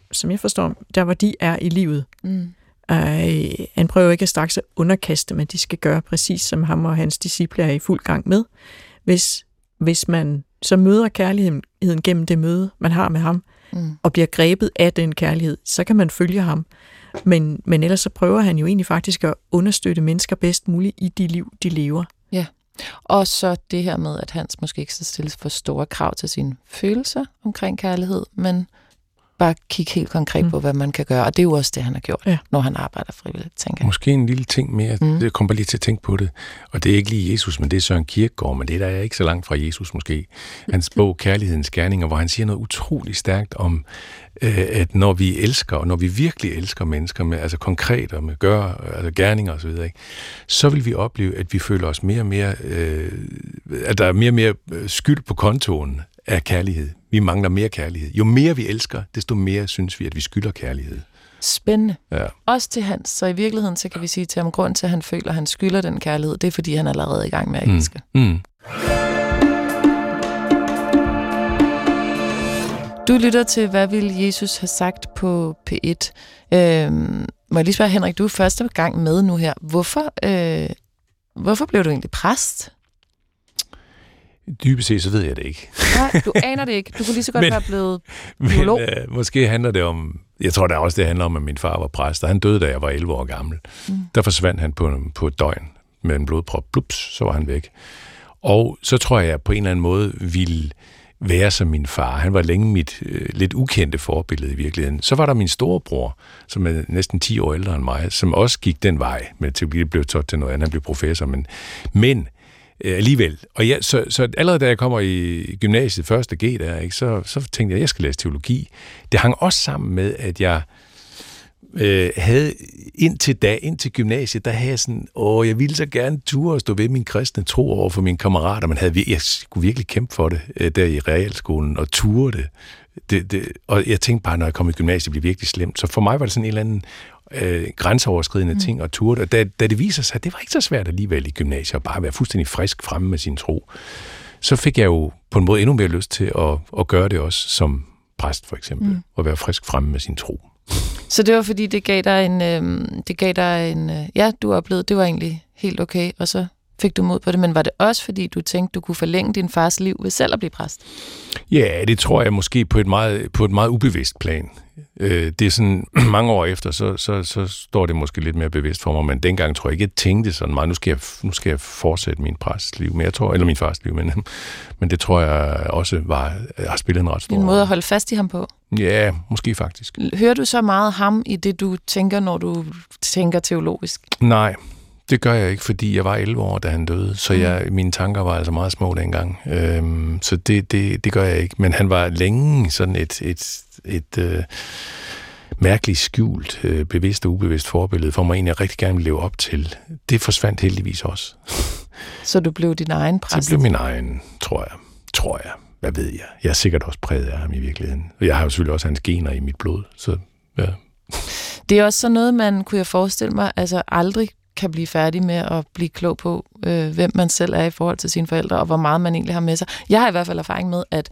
Speaker 1: som jeg forstår, der hvor de er i livet.
Speaker 2: Mm.
Speaker 1: Øh, han prøver ikke at straks at underkaste, men de skal gøre præcis som ham og hans disciple er i fuld gang med. Hvis, hvis man så møder kærligheden gennem det møde, man har med ham, mm. og bliver grebet af den kærlighed, så kan man følge ham. Men, men ellers så prøver han jo egentlig faktisk at understøtte mennesker bedst muligt i de liv, de lever.
Speaker 2: Ja, og så det her med, at Hans måske ikke så stilles for store krav til sine følelser omkring kærlighed, men bare kigge helt konkret mm. på, hvad man kan gøre. Og det er jo også det, han har gjort, ja. Når han arbejder frivilligt, tænker jeg.
Speaker 3: Måske en lille ting mere. Mm. Det kommer bare lige til at tænke på det. Og det er ikke lige Jesus, men det er Søren Kierkegaard, men det er der ikke så langt fra Jesus måske. Hans bog Kærlighedens Gerninger, hvor han siger noget utroligt stærkt om, øh, at når vi elsker, og når vi virkelig elsker mennesker, med, altså konkret og med gør, altså gerninger osv., så, så vil vi opleve, at vi føler os mere og mere, øh, at der er mere og mere skyld på kontoen af kærlighed. Vi mangler mere kærlighed. Jo mere vi elsker, desto mere synes vi, at vi skylder kærlighed.
Speaker 2: Spændende.
Speaker 3: Ja.
Speaker 2: Også til Hans. Så i virkeligheden, så kan vi sige til ham, grund til, at han føler, at han skylder den kærlighed, det er, fordi han er allerede i gang med at
Speaker 3: mm.
Speaker 2: elske.
Speaker 3: Mm.
Speaker 2: Du lytter til, hvad ville Jesus have sagt på P et. Øhm, må jeg lige spørge, Henrik, du er første gang med nu her. Hvorfor, øh, hvorfor blev du egentlig præst?
Speaker 3: Dybest set, så ved jeg det ikke.
Speaker 2: Nej, du aner det ikke. Du kunne lige så godt men, være blevet biolog.
Speaker 3: Men, øh, måske handler det om, jeg tror da også, det handler om, at min far var præst, og han døde, da jeg var elleve år gammel. Mm. Der forsvandt han på, på et døgn med en blodprop. Blups, så var han væk. Og så tror jeg, at jeg på en eller anden måde ville være som min far. Han var længe mit øh, lidt ukendte forbillede i virkeligheden. Så var der min storebror, som er næsten ti år ældre end mig, som også gik den vej, med til at blive blev tødt til noget andet, han blev professor. Men, men alligevel. Og ja, så, så allerede da jeg kommer i gymnasiet, første G der, ikke, så, så tænkte jeg, at jeg skal læse teologi. Det hang også sammen med, at jeg øh, havde indtil da, indtil gymnasiet, der havde jeg sådan, åh, jeg ville så gerne ture og stå ved min kristne tro over for mine kammerater, men havde, jeg skulle virkelig kæmpe for det øh, der i realskolen, og ture det. Det, det. Og jeg tænkte bare, når jeg kom i gymnasiet, det blev virkelig slemt. Så for mig var det sådan en eller anden Øh, grænseoverskridende mm. ting og turde. Og da, da det viser sig, at det var ikke så svært alligevel i gymnasiet at bare være fuldstændig frisk fremme med sin tro, så fik jeg jo på en måde endnu mere lyst til at, at gøre det også som præst for eksempel, mm. at være frisk fremme med sin tro.
Speaker 2: Så det var fordi, det gav dig en, øh, det gav dig en øh, ja, du oplevede, det var egentlig helt okay, og så fik du mod på det, men var det også fordi, du tænkte, du kunne forlænge din fars liv ved selv at blive præst?
Speaker 3: Ja, det tror jeg måske på et meget, på et meget ubevidst plan. Det er sådan, mange år efter, så, så, så står det måske lidt mere bevidst for mig, men dengang tror jeg ikke, jeg tænkte sådan meget, nu skal jeg, nu skal jeg fortsætte min præstliv, men jeg tror, eller min fars liv, men, men det tror jeg også var, har spillet en ret stor.
Speaker 2: En måde at holde fast i ham på?
Speaker 3: Ja, måske faktisk.
Speaker 2: Hører du så meget ham i det, du tænker, når du tænker teologisk?
Speaker 3: Nej, det gør jeg ikke, fordi jeg var elleve år, da han døde, så jeg, mine tanker var altså meget små dengang. Øhm, så det, det, det gør jeg ikke. Men han var længe sådan et, et, et øh, mærkeligt skjult, øh, bevidst og ubevidst forbillede for mig, en jeg rigtig gerne ville leve op til. Det forsvandt heldigvis også.
Speaker 2: Så du blev din egen præst?
Speaker 3: Så blev min egen, tror jeg. Tror jeg. Hvad ved jeg? Jeg er sikkert også præget af ham i virkeligheden. Og jeg har jo selvfølgelig også hans gener i mit blod, så ja.
Speaker 2: Det er også sådan noget, man, kunne jeg forestille mig, altså aldrig kan blive færdig med at blive klog på, øh, hvem man selv er i forhold til sine forældre, og hvor meget man egentlig har med sig. Jeg har i hvert fald erfaring med, at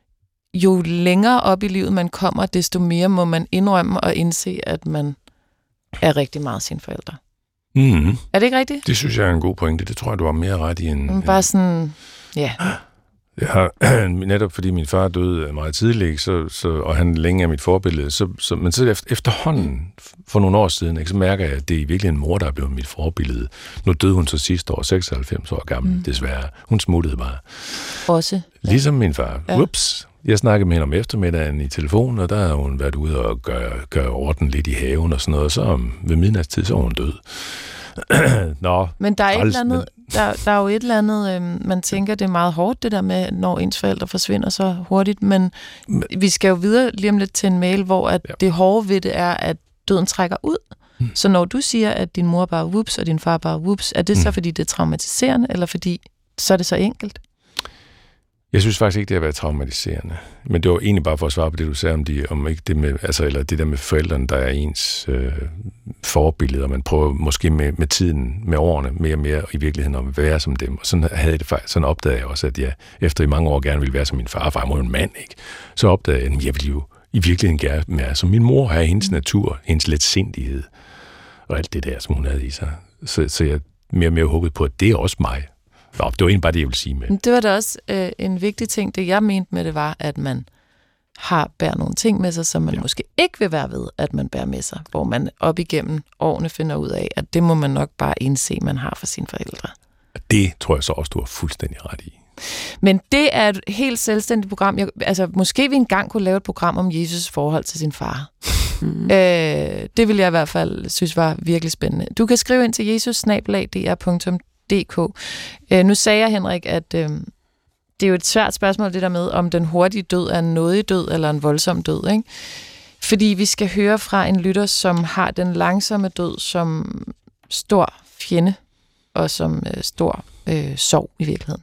Speaker 2: jo længere op i livet man kommer, desto mere må man indrømme og indse, at man er rigtig meget sine forældre.
Speaker 3: Mm-hmm.
Speaker 2: Er det ikke rigtigt?
Speaker 3: Det synes jeg er en god pointe. Det tror jeg, du har mere ret i en...
Speaker 2: Bare sådan, ja...
Speaker 3: Jeg har, netop fordi min far døde meget tidligt, så, så, og han længe er mit forbillede, så, så, men så efter, efterhånden, for nogle år siden, ikke, så mærker jeg, at det er virkelig en mor, der er blevet mit forbillede. Nu døde hun så sidste år, seksoghalvfems år gammel, mm. desværre. Hun smuttede bare.
Speaker 2: Også? Ja.
Speaker 3: Ligesom min far. Ja. Ups. Jeg snakkede med hende om eftermiddagen i telefonen, og der har hun været ude og gøre, gøre orden lidt i haven og sådan noget, og så om, ved midnatstid, så er hun død. Nå,
Speaker 2: men der er, et
Speaker 3: træls,
Speaker 2: eller andet, men... der, der er jo et eller andet, øhm, man tænker, det er meget hårdt, det der med, når ens forældre forsvinder så hurtigt, men, men... vi skal jo videre lige om lidt til en mail, hvor at ja. det hårde ved det er, at døden trækker ud. Mm. Så når du siger, at din mor bare er whoops, og din far bare er whoops, er det mm. så, fordi det er traumatiserende, eller fordi så er det så enkelt?
Speaker 3: Jeg synes faktisk ikke, det har været traumatiserende. Men det var egentlig bare for at svare på det, du sagde om, de, om ikke det med, altså, eller det der med forældrene, der er ens øh, forbillede, og man prøver måske med, med tiden, med årene, mere og mere i virkeligheden at være som dem. Og sådan havde det faktisk, sådan opdagede jeg også, at jeg efter i mange år gerne ville være som min far, for jeg var en mand, ikke? Så opdagede jeg, at jeg ville jo i virkeligheden gerne er som min mor, har hendes natur, hendes letsindighed, og alt det der, som hun havde i sig. Så, så jeg mere og mere håbet på, at det er også mig. Nå, det var egentlig bare det, jeg ville sige med.
Speaker 2: Det var da også øh, en vigtig ting. Det jeg mente med det var, at man har bærer nogle ting med sig, som man ja. måske ikke vil være ved, at man bærer med sig. Hvor man op igennem årene finder ud af, at det må man nok bare indse, man har for sine forældre.
Speaker 3: Det tror jeg så også, du har fuldstændig ret i.
Speaker 2: Men det er et helt selvstændigt program. Jeg, altså, måske vi engang kunne lave et program om Jesus' forhold til sin far. Mm. Øh, det vil jeg i hvert fald synes var virkelig spændende. Du kan skrive ind til jesus snabel-a d r punktum d k. Øh, nu sagde jeg, Henrik, at øh, det er jo et svært spørgsmål, det der med, om den hurtige død er en nådig død eller en voldsom død, ikke? Fordi vi skal høre fra en lytter, som har den langsomme død som stor fjende og som øh, stor øh, sorg i virkeligheden.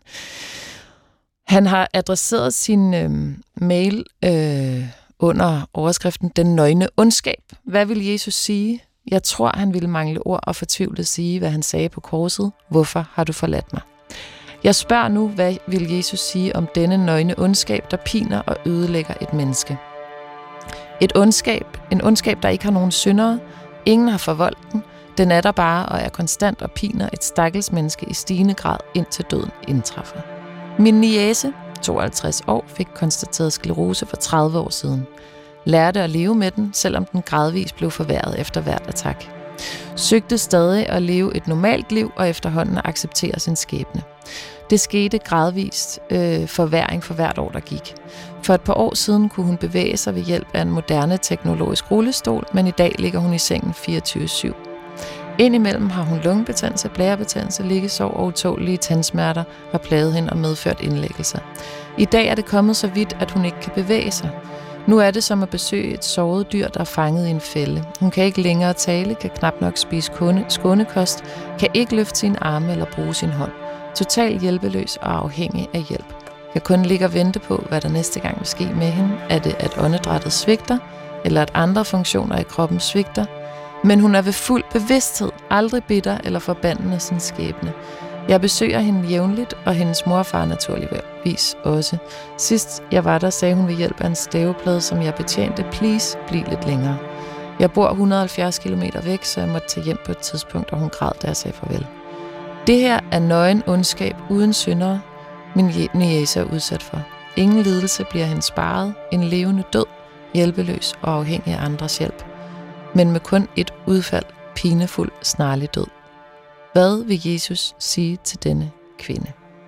Speaker 2: Han har adresseret sin øh, mail øh, under overskriften Den nøgne ondskab. Hvad vil Jesus sige? Jeg tror, han ville mangle ord og fortvivlet sige, hvad han sagde på korset. Hvorfor har du forladt mig? Jeg spørger nu, hvad vil Jesus sige om denne nøgne ondskab, der piner og ødelægger et menneske? Et ondskab, en ondskab, der ikke har nogen syndere. Ingen har forvoldt den. Den er der bare og er konstant og piner et stakkels menneske i stigende grad, indtil døden indtræffer. Min niece, tooghalvtreds år, fik konstateret sklerose for tredive år siden. Lærte at leve med den, selvom den gradvist blev forværret efter hvert attack. Søgte stadig at leve et normalt liv og efterhånden at acceptere sin skæbne. Det skete gradvist øh, forværring for hvert år, der gik. For et par år siden kunne hun bevæge sig ved hjælp af en moderne teknologisk rullestol, men i dag ligger hun i sengen fireogtyve syv. Indimellem har hun lungebetændelse, blærebetændelse, liggesår og utålige tandsmerter har plaget hende og medført indlæggelser. I dag er det kommet så vidt, at hun ikke kan bevæge sig. Nu er det som at besøge et såret dyr, der er fanget i en fælde. Hun kan ikke længere tale, kan knap nok spise skånekost, kan ikke løfte sin arme eller bruge sin hånd. Totalt hjælpeløs og afhængig af hjælp. Kan kun ligge og vente på, hvad der næste gang vil ske med hende. Er det, at åndedrættet svigter, eller at andre funktioner i kroppen svigter? Men hun er ved fuld bevidsthed, aldrig bitter eller forbandende sin skæbne. Jeg besøger hende jævnligt, og hendes mor og far naturligvis også. Sidst jeg var der, sagde hun ved hjælp af en staveplade, som jeg betjente, please, bliv lidt længere. Jeg bor et hundrede og halvfjerds kilometer væk, så jeg måtte tage hjem på et tidspunkt, og hun græd, da jeg sagde farvel. Det her er nøgen ondskab uden syndere, min niece er udsat for. Ingen lidelse bliver hende sparet, en levende død, hjælpeløs og afhængig af andres hjælp. Men med kun et udfald, pinefuld, snarlig død. Hvad vil Jesus sige til denne kvinde?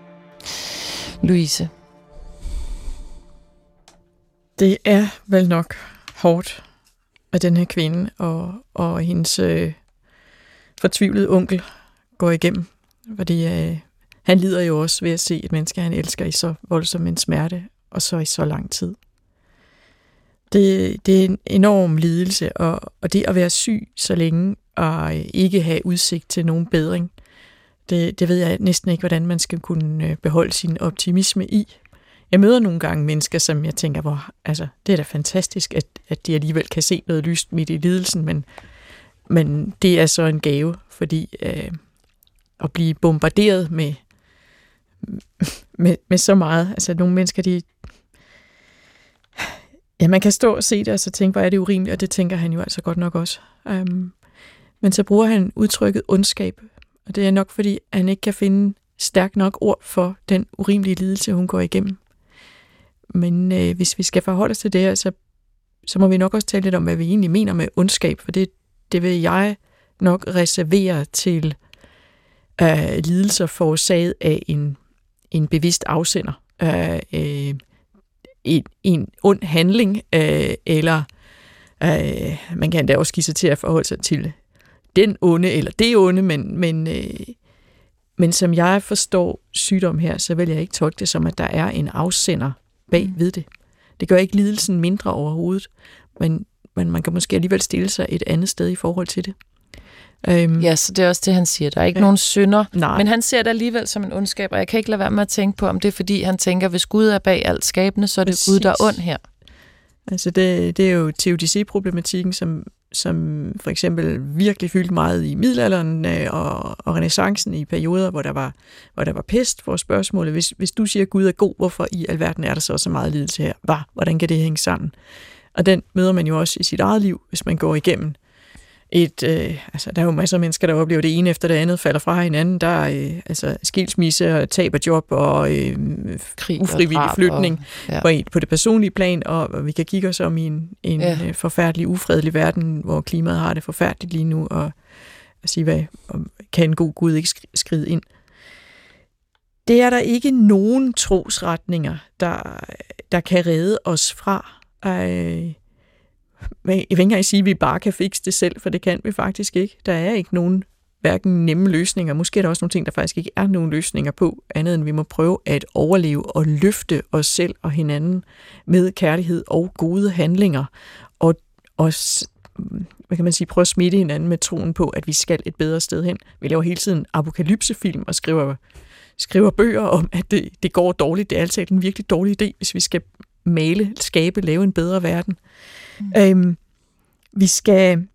Speaker 2: Louise.
Speaker 1: Det er vel nok hårdt at den her kvinde og, og hendes øh, fortvivlede onkel går igennem. Fordi øh, han lider jo også ved at se et menneske, han elsker i så voldsom en smerte, og så i så lang tid. Det, det er en enorm lidelse, og, og det at være syg så længe, og ikke have udsigt til nogen bedring, det, det ved jeg næsten ikke, hvordan man skal kunne beholde sin optimisme i. Jeg møder nogle gange mennesker, som jeg tænker, hvor, altså, det er da fantastisk, at, at de alligevel kan se noget lyst midt i lidelsen, men, men det er så en gave, fordi øh, at blive bombarderet med, med, med så meget, altså nogle mennesker, de ja, man kan stå og se det, og så tænke, hvor er det urimeligt, og det tænker han jo altså godt nok også. Um, men så bruger han udtrykket ondskab, og det er nok, fordi han ikke kan finde stærkt nok ord for den urimelige lidelse, hun går igennem. Men øh, hvis vi skal forholde os til det her, så, så må vi nok også tale lidt om, hvad vi egentlig mener med ondskab, for det, det vil jeg nok reservere til øh, lidelser forårsaget af en, en bevidst afsender. Øh, øh, En, en ond handling, øh, eller øh, man kan da også give sig til at forholde sig til den onde, eller det onde, men, men, øh, men som jeg forstår sygdom her, så vil jeg ikke tolke det som, at der er en afsender bag ved det. Det gør ikke lidelsen mindre overhovedet, men, men man kan måske alligevel stille sig et andet sted i forhold til det.
Speaker 2: Øhm, ja, så det er også det, han siger. Der er ikke ja. nogen synder,
Speaker 1: Nej.
Speaker 2: men han ser det alligevel som en ondskab, og jeg kan ikke lade være med at tænke på, om det er, fordi han tænker, hvis Gud er bag alt skabende, så er det Præcis. Gud, der er ond her.
Speaker 1: Altså det, det er jo teodicé-problematikken, som, som for eksempel virkelig fyldte meget i middelalderen øh, og, og renæssancen i perioder, hvor der var, hvor der var pest, hvor spørgsmålet, hvis, hvis du siger, at Gud er god, hvorfor i alverden er der så så meget lidelse her? Hva? Hvordan kan det hænge sammen? Og den møder man jo også i sit eget liv, hvis man går igennem et, øh, altså der er jo masser af mennesker, der oplever det ene efter det andet, falder fra hinanden, der er øh, altså skilsmisse og tab af job og øh,
Speaker 2: krig
Speaker 1: ufrivillig
Speaker 2: og
Speaker 1: flytning
Speaker 2: og, ja.
Speaker 1: på, et, på det personlige plan, og, og vi kan kigge os om i en, en ja. øh, forfærdelig, ufredelig verden, hvor klimaet har det forfærdeligt lige nu, og at sige, hvad, kan en god Gud ikke skride ind? Det er der ikke nogen trosretninger, der, der kan redde os fra. Øh, Jeg vil ikke engang sige, at vi bare kan fikse det selv, for det kan vi faktisk ikke. Der er ikke nogen hverken nemme løsninger. Måske er der også nogle ting, der faktisk ikke er nogen løsninger på, andet end vi må prøve at overleve og løfte os selv og hinanden med kærlighed og gode handlinger. Og også, hvad kan man sige, prøve at smitte hinanden med troen på, at vi skal et bedre sted hen. Vi laver hele tiden apokalypsefilm og skriver, skriver bøger om, at det, det går dårligt. Det er altid en virkelig dårlig idé, hvis vi skal male, skabe, lave en bedre verden. Mm. Øhm, vi skal,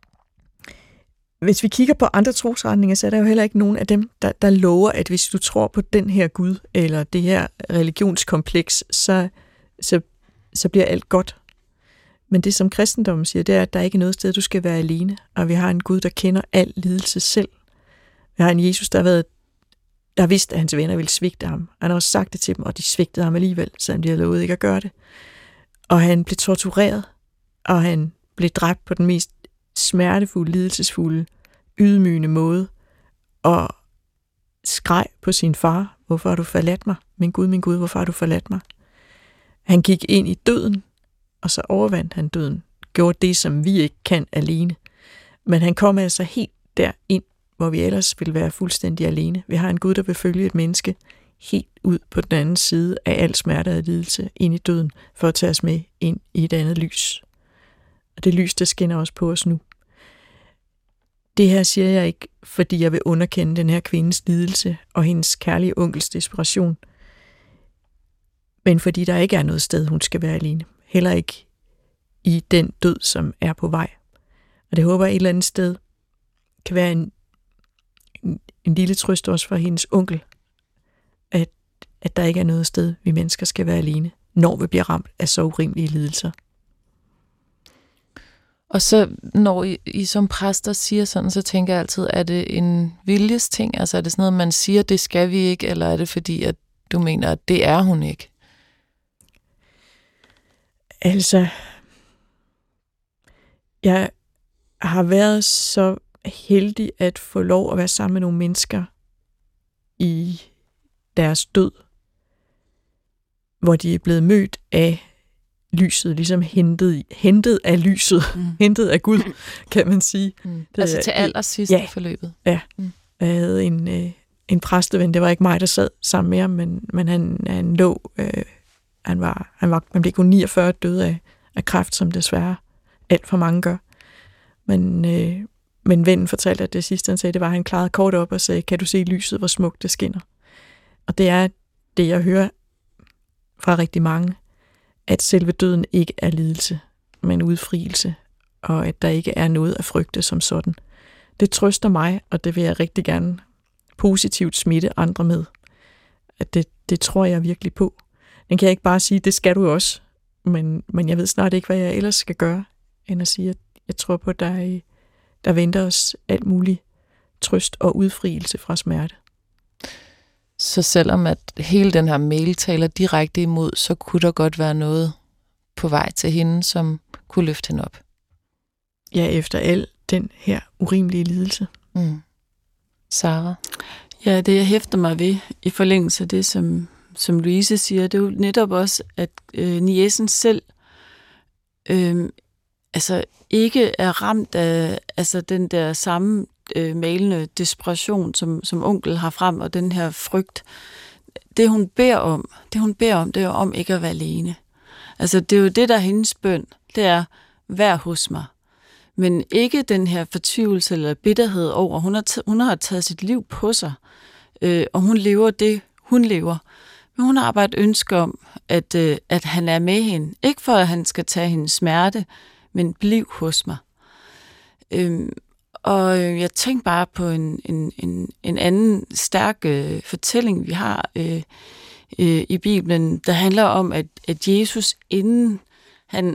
Speaker 1: hvis vi kigger på andre trosretninger, så er der jo heller ikke nogen af dem, der, der lover, at hvis du tror på den her Gud, eller det her religionskompleks, så, så, så bliver alt godt. Men det, som kristendommen siger, det er, at der ikke er noget sted, du skal være alene, og vi har en Gud, der kender al lidelse selv. Vi har en Jesus, der har været der vidste, at hans venner ville svigte ham. Han har også sagt det til dem, og de svigtede ham alligevel, selvom de havde lovet ikke at gøre det. Og han blev tortureret, og han blev dræbt på den mest smertefulde, lidelsesfulde, ydmygende måde, og skreg på sin far, hvorfor har du forladt mig? Min Gud, min Gud, hvorfor har du forladt mig? Han gik ind i døden, og så overvandt han døden. Gjorde det, som vi ikke kan alene. Men han kom altså helt derind, hvor vi ellers vil være fuldstændig alene. Vi har en Gud, der vil følge et menneske helt ud på den anden side af al smerte og lidelse ind i døden, for at tage os med ind i et andet lys. Og det lys, der skinner også på os nu. Det her siger jeg ikke, fordi jeg vil underkende den her kvindes lidelse og hendes kærlige onkels desperation, men fordi der ikke er noget sted, hun skal være alene. Heller ikke i den død, som er på vej. Og det håber jeg et eller andet sted kan være en En, en lille trøst også for hendes onkel, at, at der ikke er noget sted, vi mennesker skal være alene, når vi bliver ramt af så urimelige lidelser.
Speaker 2: Og så når I, I som præster siger sådan, så tænker jeg altid, er det en viljesting? Altså er det sådan noget, man siger, det skal vi ikke, eller er det fordi, at du mener, at det er hun ikke?
Speaker 1: Altså, jeg har været så heldig at få lov at være sammen med nogle mennesker i deres død, hvor de er blevet mødt af lyset, ligesom hentet, hentet af lyset, mm. hentet af Gud, kan man sige.
Speaker 2: Mm. Det, altså til allersidst
Speaker 1: ja,
Speaker 2: i forløbet?
Speaker 1: Ja.
Speaker 2: Mm.
Speaker 1: Jeg havde en, øh, en præsteven, det var ikke mig, der sad sammen med ham, men, men han, han lå, øh, han var, han var, man blev kun niogfyrre døde af, af kræft, som desværre alt for mange gør. Men øh, Men vennen fortalte, at det sidste, han sagde, det var, at han klarede kort op og sagde, kan du se lyset, hvor smukt det skinner? Og det er det, jeg hører fra rigtig mange, at selve døden ikke er lidelse, men udfrielse, og at der ikke er noget at frygte som sådan. Det trøster mig, og det vil jeg rigtig gerne positivt smitte andre med. At det, det tror jeg virkelig på. Den kan jeg ikke bare sige, det skal du også, men, men jeg ved snart ikke, hvad jeg ellers skal gøre, end at sige, at jeg tror på, at der er Der venter os alt muligt trøst og udfrielse fra smerte.
Speaker 2: Så selvom at hele den her mail taler direkte imod, så kunne der godt være noget på vej til hende, som kunne løfte hende op?
Speaker 1: Ja, efter al den her urimelige lidelse.
Speaker 2: Mm. Sarah?
Speaker 4: Ja, det jeg hæfter mig ved i forlængelse af det, som, som Louise siger, det er jo netop også, at øh, niecen selv øh, altså ikke er ramt af altså den der samme øh, malende desperation, som, som onkel har frem, og den her frygt. Det hun beder om, det hun beder om, det er jo om ikke at være alene. Altså det er jo det, der er hendes bøn, det er, vær hos mig. Men ikke den her fortvivlelse eller bitterhed over, hun har, t- hun har taget sit liv på sig, øh, og hun lever det, hun lever. Men hun har bare et ønske om, at, øh, at han er med hende. Ikke for, at han skal tage hendes smerte, men bliv hos mig. Øhm, og jeg tænkte bare på en, en, en, en anden stærk øh, fortælling, vi har øh, øh, i Bibelen, der handler om, at, at Jesus, inden han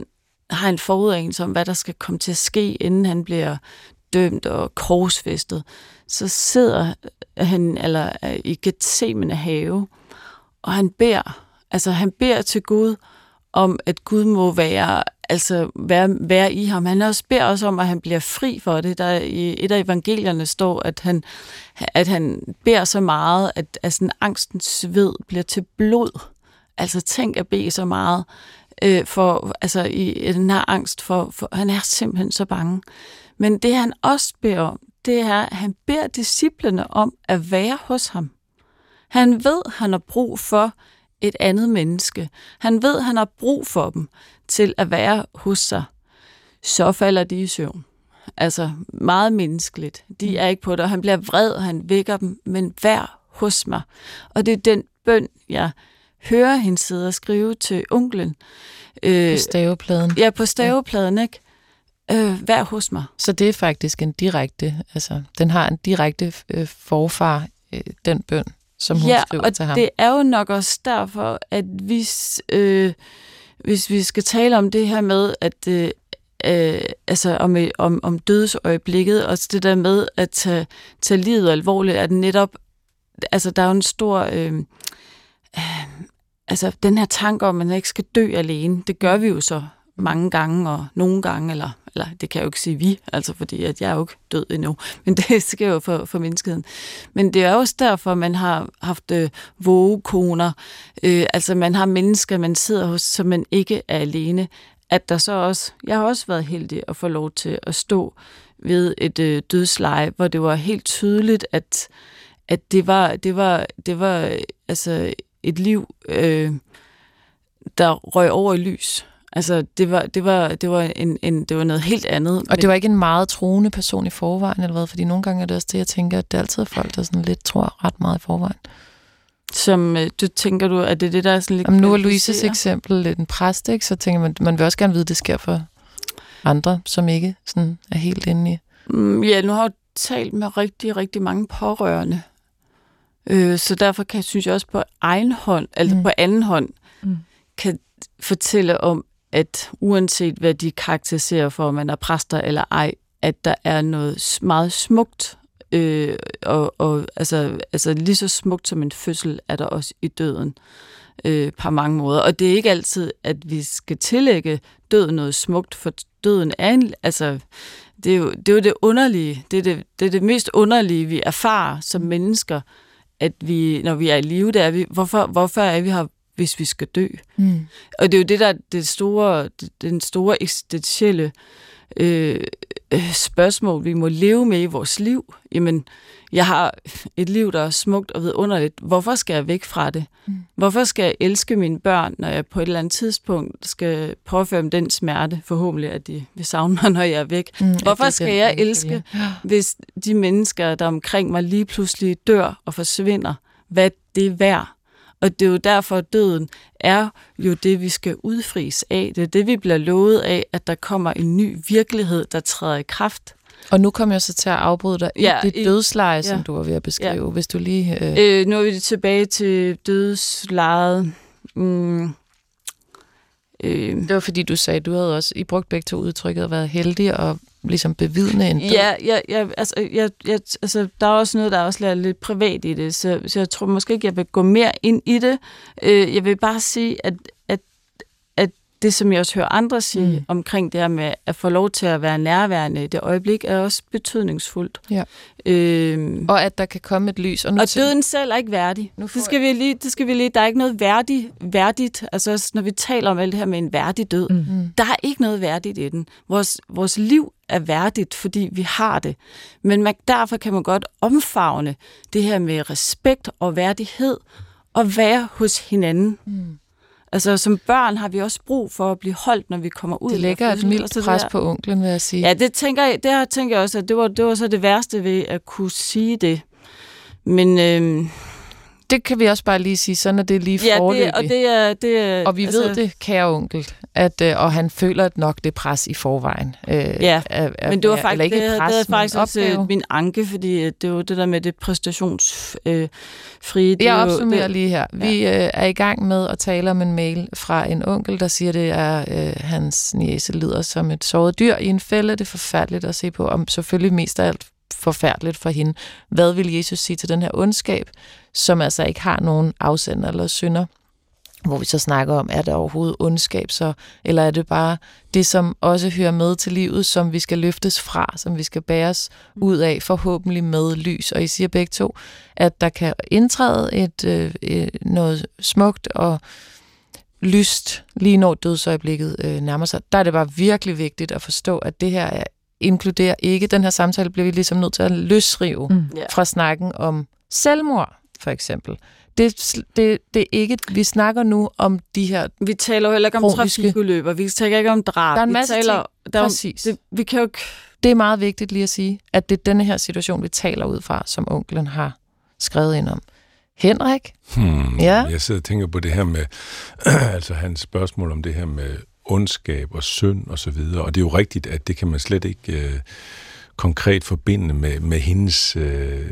Speaker 4: har en forudanelse om, hvad der skal komme til at ske, inden han bliver dømt og korsfæstet, så sidder han eller i Getsemane have, og han beder, altså han beder til Gud om, at Gud må være, altså være, være i ham. Han også beder også om, at han bliver fri for det. Der i et af evangelierne står, at han, at han beder så meget, at, at sådan angstens sved bliver til blod. Altså tænk at bede så meget øh, for, altså i, i den her angst for, for, han er simpelthen så bange. Men det han også beder om, det er, at han beder disciplene om at være hos ham. Han ved, at han har brug for et andet menneske. Han ved, at han har brug for dem til at være hos sig. Så falder de i søvn. Altså meget menneskeligt. De er ikke på det, og han bliver vred, og han vækker dem, men vær hos mig. Og det er den bøn, jeg hører hende sidde og skrive til onklen.
Speaker 2: Øh, på stavepladen.
Speaker 4: Ja, på stavepladen, ikke? Øh, vær hos mig.
Speaker 2: Så det er faktisk en direkte, altså den har en direkte øh, forfar, øh, den bøn, som hun
Speaker 4: ja,
Speaker 2: skriver til ham.
Speaker 4: Ja, og det er jo nok også derfor, at hvis, øh, hvis vi skal tale om det her med, at øh, øh, altså om, om, om dødsøjeblikket, og det der med at tage, tage livet alvorligt, at netop, altså der er jo en stor, øh, øh, altså den her tanke om, at man ikke skal dø alene, det gør vi jo så mange gange, og nogle gange, eller, eller det kan jeg jo ikke sige vi, altså fordi at jeg er jo ikke død endnu, men det sker jo for, for menneskeheden. Men det er også derfor, man har haft øh, vågekoner, øh, altså man har mennesker, man sidder hos, så man ikke er alene, at der så også, jeg har også været heldig at få lov til at stå ved et øh, dødsleje, hvor det var helt tydeligt, at, at det var, det var, det var altså et liv, øh, der røg over i lys. Altså, det var, det var, det var, en, en, det var noget helt andet.
Speaker 2: Og det var ikke en meget troende person i forvejen, eller hvad? Fordi nogle gange er det også det, jeg tænker, at det er altid folk, der sådan lidt tror ret meget i forvejen.
Speaker 4: Som, du tænker du, at det er det, der er sådan lidt...
Speaker 2: Jamen, nu er Louises eksempel lidt en præst, ikke? Så tænker man, man vil også gerne vide, at det sker for andre, som ikke sådan er helt inde i.
Speaker 4: Mm, ja, nu har jeg talt med rigtig, rigtig mange pårørende. Øh, så derfor kan jeg, synes jeg også på egen hånd, altså mm. på anden hånd, mm. kan fortælle om, at uanset hvad de karakteriserer for, om man er præster eller ej, at der er noget meget smukt, øh, og, og altså, altså lige så smukt som en fødsel er der også i døden øh, på mange måder. Og det er ikke altid, at vi skal tillægge døden noget smukt, for døden er en, altså, det er jo det, er jo det underlige, det er det, det er det mest underlige, vi erfarer som mennesker, at vi, når vi er i live, det er vi, hvorfor, hvorfor er vi her, hvis vi skal dø. Mm. Og det er jo det, der det store, den store eksistentielle øh, spørgsmål, vi må leve med i vores liv. Jamen, jeg har et liv, der er smukt og vidunderligt. Hvorfor skal jeg væk fra det? Mm. Hvorfor skal jeg elske mine børn, når jeg på et eller andet tidspunkt skal påføre dem den smerte, forhåbentlig, at de vil savne mig, når jeg er væk? Mm, Hvorfor skal jeg elske, ja. hvis de mennesker, der omkring mig lige pludselig dør og forsvinder? Hvad det er værd? Og det er jo derfor, at døden er jo det, vi skal udfries af. Det er det, vi bliver lovet af, at der kommer en ny virkelighed, der træder i kraft.
Speaker 2: Og nu kommer jeg så til at afbryde dig
Speaker 4: ja,
Speaker 2: i dit dødsleje, ja. som du var ved at beskrive. Ja. Hvis du lige... Øh...
Speaker 4: Øh, nu er vi tilbage til dødslejet. Mm.
Speaker 2: Øh. Det var fordi, du sagde, at du havde også i brugt begge to udtrykket at være heldig og ligesom bevidne en død.
Speaker 4: Ja, ja, ja, altså, jeg, jeg, altså, der er også noget, der er også lidt privat i det, så, så jeg tror måske ikke, jeg vil gå mere ind i det. Øh, jeg vil bare sige, at, at, at det, som jeg også hører andre sige mm. omkring det her med at få lov til at være nærværende i det øjeblik, er også betydningsfuldt.
Speaker 2: Ja.
Speaker 4: Øh,
Speaker 2: og at der kan komme et lys.
Speaker 4: Og, nu og døden selv er ikke værdig. Nu det, skal vi lige, det skal vi lige. Der er ikke noget værdig, værdigt. Altså, når vi taler om alt det her med en værdig død, mm. der er ikke noget værdigt i den. Vores, vores liv er værdigt, fordi vi har det. Men man, derfor kan man godt omfavne det her med respekt og værdighed og være hos hinanden. Mm. Altså, som børn har vi også brug for at blive holdt, når vi kommer ud.
Speaker 2: Det lægger et mildt pres på onklen, vil jeg sige.
Speaker 4: Ja, det tænker jeg, det her tænker jeg også, at det var, det var så det værste ved at kunne sige det. Men øh,
Speaker 2: det kan vi også bare lige sige, sådan er det lige
Speaker 4: Ja,
Speaker 2: foreløbig.
Speaker 4: det, og det er... Det er
Speaker 2: og vi
Speaker 4: altså,
Speaker 2: ved det, kære onkel, at, øh, og han føler nok det pres i forvejen. Øh,
Speaker 4: ja,
Speaker 2: af, af,
Speaker 4: men det var faktisk,
Speaker 2: ikke
Speaker 4: det,
Speaker 2: pres,
Speaker 4: det er faktisk også
Speaker 2: opgave.
Speaker 4: min anke, fordi det var det der med det præstationsfrie. Øh,
Speaker 2: Jeg opsummerer det, lige her. Vi
Speaker 4: ja.
Speaker 2: øh, er i gang med at tale om en mail fra en onkel, der siger, det er øh, hans niece lider som et såret dyr i en fælde. Det er forfærdeligt at se på, om selvfølgelig mest af alt forfærdeligt for hende. Hvad vil Jesus sige til den her ondskab, som altså ikke har nogen afsender eller synder? Hvor vi så snakker om, er der overhovedet ondskab så, eller er det bare det, som også hører med til livet, som vi skal løftes fra, som vi skal bæres ud af, forhåbentlig med lys. Og I siger begge to, at der kan indtræde et, øh, noget smukt og lyst, lige når dødsøjeblikket øh, nærmer sig. Der er det bare virkelig vigtigt at forstå, at det her er, inkluderer ikke, den her samtale bliver vi ligesom nødt til at løsrive mm. fra snakken om selvmord, for eksempel. Det, det, det er ikke, vi snakker nu om de her
Speaker 4: Vi taler jo heller ikke om
Speaker 2: kroniske
Speaker 4: trafikulykker, vi taler ikke om drab.
Speaker 2: Der er en masse
Speaker 4: vi taler,
Speaker 2: ting,
Speaker 4: der
Speaker 2: præcis.
Speaker 4: Det, vi kan jo ikke...
Speaker 2: Det er meget vigtigt lige at sige, at det er denne her situation, vi taler ud fra, som onklen har skrevet ind om. Henrik?
Speaker 3: Hmm,
Speaker 2: ja?
Speaker 3: Jeg sidder og tænker på det her med, altså hans spørgsmål om det her med ondskab og synd og så videre, og det er jo rigtigt, at det kan man slet ikke øh, konkret forbinde med, med hendes øh,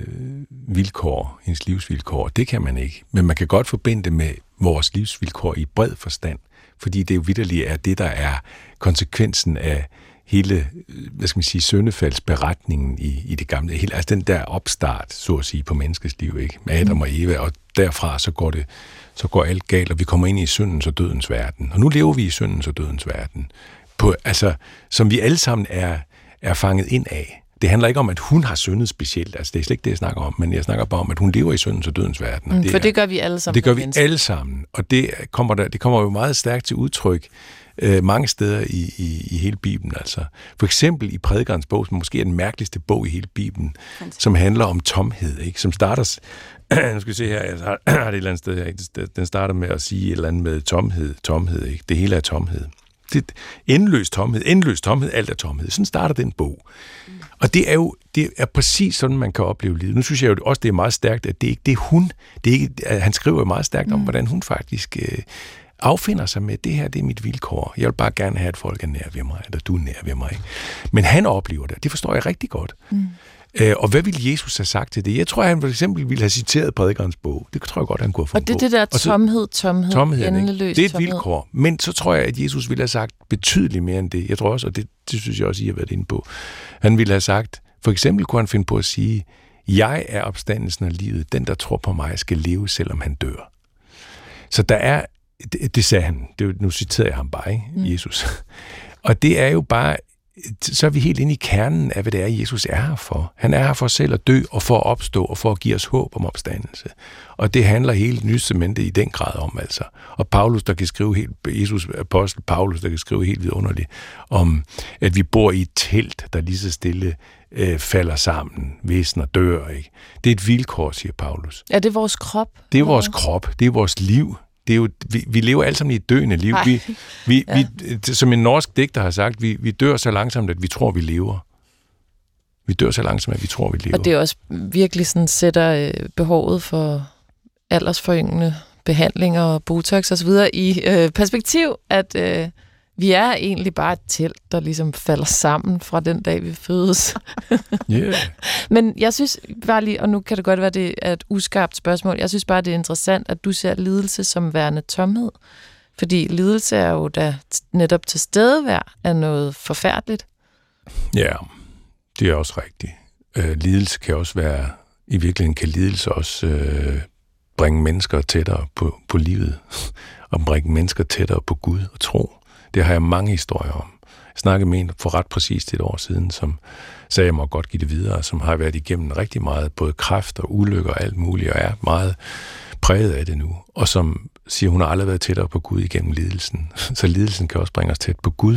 Speaker 3: vilkår, hendes livsvilkår. Det kan man ikke. Men man kan godt forbinde det med vores livsvilkår i bred forstand, fordi det jo vitterligt er det, der er konsekvensen af hele, hvad skal man sige, syndefaldsberetningen i, i det gamle, hele, altså den der opstart, så at sige, på menneskets liv, ikke? Med Adam og Eva, og derfra så går det, så går alt galt, og vi kommer ind i syndens og dødens verden. Og nu lever vi i syndens og dødens verden, på, altså, som vi alle sammen er, er fanget ind af. Det handler ikke om, at hun har syndet specielt, altså det er slet ikke det, jeg snakker om, men jeg snakker bare om, at hun lever i syndens og dødens verden. Og
Speaker 2: mm,
Speaker 3: det
Speaker 2: for
Speaker 3: er,
Speaker 2: det gør vi alle sammen.
Speaker 3: Det gør vi mennesker. alle sammen, og det kommer, der, det kommer jo meget stærkt til udtryk øh, mange steder i, i, i hele Bibelen. Altså. For eksempel i Prædikerens bog, som måske er den mærkeligste bog i hele Bibelen, Fantastisk. Som handler om tomhed, ikke? Som starter, nu skal vi se her, jeg har, har det et eller andet sted her, ikke? Den starter med at sige et eller andet med tomhed, tomhed, ikke? Det hele er tomhed. Det endeløs tomhed, endeløs tomhed, alt er tomhed. Sådan starter den bog. Mm. Og det er jo det er præcis sådan, man kan opleve livet. Nu synes jeg jo også, det er meget stærkt, at det ikke det er hun. Det er ikke, han skriver jo meget stærkt om, mm. hvordan hun faktisk øh, affinder sig med, det her, det er mit vilkår. Jeg vil bare gerne have, at folk er nær ved mig, eller du er nær ved mig. Ikke? Men han oplever det, det forstår jeg rigtig godt. Mm. Øh, og hvad ville Jesus have sagt til det? Jeg tror, han for eksempel ville have citeret Prædikerens bog. Det tror jeg godt, han kunne have fundet på.
Speaker 2: Og det er det der tomhed, tomhed, tomhed endeløs.
Speaker 3: Det er et tomhed. Vilkår. Men så tror jeg, at Jesus ville have sagt betydeligt mere end det. Jeg tror også, og det, det synes jeg også, I har været inde på. Han ville have sagt, for eksempel kunne han finde på at sige, jeg er opstandelsen af livet. Den, der tror på mig, skal leve, selvom han dør. Så der er, det, det sagde han, det, nu citerer jeg ham bare, ikke? Mm. Jesus. Og det er jo bare, så er vi helt inde i kernen af, hvad det er, Jesus er her for. Han er her for selv at dø, og for at opstå, og for at give os håb om opstandelse. Og det handler hele Nye Testamentet i den grad om, altså. Og Paulus, der kan skrive helt, Jesus apostel Paulus, der kan skrive helt vidunderligt, om, at vi bor i et telt, der lige så stille øh, falder sammen, visner, dør, ikke? Det er et vilkår, siger Paulus.
Speaker 2: Er det vores krop?
Speaker 3: Det er vores krop, det er vores liv. Det er jo, vi, vi lever alle sammen i et døende liv. Vi, vi, ja. vi, som en norsk digter har sagt, vi, vi dør så langsomt, at vi tror, vi lever. Vi dør så langsomt, at vi tror, vi lever.
Speaker 2: Og det er også virkelig sådan, sætter øh, behovet for aldersforyngende behandlinger og botox og så videre i øh, perspektiv, at øh, vi er egentlig bare et telt, der ligesom falder sammen fra den dag, vi fødes.
Speaker 3: Yeah.
Speaker 2: Men jeg synes bare lige, og nu kan det godt være, det er et uskarpt spørgsmål, jeg synes bare, det er interessant, at du ser lidelse som værende tomhed. Fordi lidelse er jo da netop til stedevær af noget forfærdeligt.
Speaker 3: Ja, det er også rigtigt. Øh, lidelse kan også være, i virkeligheden kan lidelse også øh, bringe mennesker tættere på, på livet, og bringe mennesker tættere på Gud og tro. Det har jeg mange historier om. Jeg snakkede med en for ret præcist et år siden, som sagde, at jeg må godt give det videre, som har været igennem rigtig meget, både kræft og ulykker og alt muligt, og er meget præget af det nu. Og som siger, hun har aldrig været tættere på Gud igennem lidelsen. Så lidelsen kan også bringe os tæt på Gud.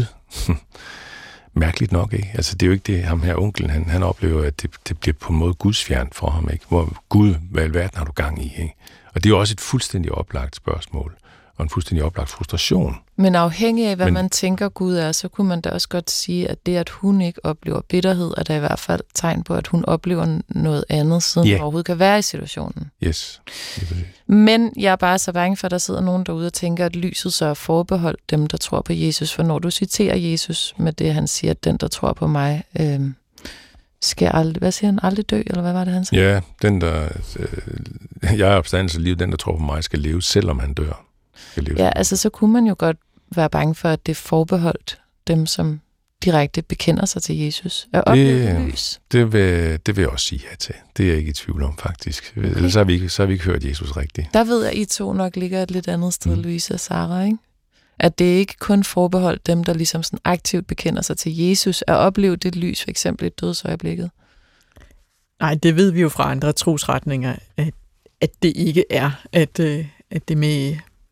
Speaker 3: Mærkeligt nok, ikke? Altså, det er jo ikke det, ham her onklen, han, han oplever, at det, det bliver på en måde gudsfjernt for ham, ikke? Hvor Gud, hvad i alverden har du gang i, ikke? Og det er jo også et fuldstændig oplagt spørgsmål. og en fuldstændig oplagt frustration.
Speaker 2: Men afhængig af, hvad
Speaker 3: Men,
Speaker 2: man tænker Gud er, så kunne man da også godt sige, at det, at hun ikke oplever bitterhed, er da i hvert fald tegn på, at hun oplever noget andet, siden yeah. hun overhovedet kan være i situationen.
Speaker 3: Yes.
Speaker 2: Men jeg er bare så bange for, at der sidder nogen derude og tænker, at lyset så er forbeholdt dem, der tror på Jesus. For når du citerer Jesus med det, han siger, at den, der tror på mig, øh, skal aldrig, hvad siger han, aldrig dø, eller hvad var det, han sagde?
Speaker 3: Ja, den, der, øh, jeg er opstandelse af livet, den, der tror på mig, skal leve, selvom han dør.
Speaker 2: Ja, altså så kunne man jo godt være bange for, at det er forbeholdt dem, som direkte bekender sig til Jesus. Er
Speaker 3: det,
Speaker 2: lys?
Speaker 3: Det vil, det vil jeg også sige ja til. Det er jeg ikke i tvivl om, faktisk. Okay. Ellers har vi, ikke, så har vi ikke hørt Jesus rigtigt.
Speaker 2: Der ved jeg, at I to nok ligger et lidt andet sted, mm. Louise og Sarah, ikke? At det ikke kun forbeholdt dem, der ligesom sådan aktivt bekender sig til Jesus, at opleve det lys, for eksempel i dødsøjeblikket.
Speaker 1: Nej, det ved vi jo fra andre trosretninger, at, at det ikke er, at, at det med,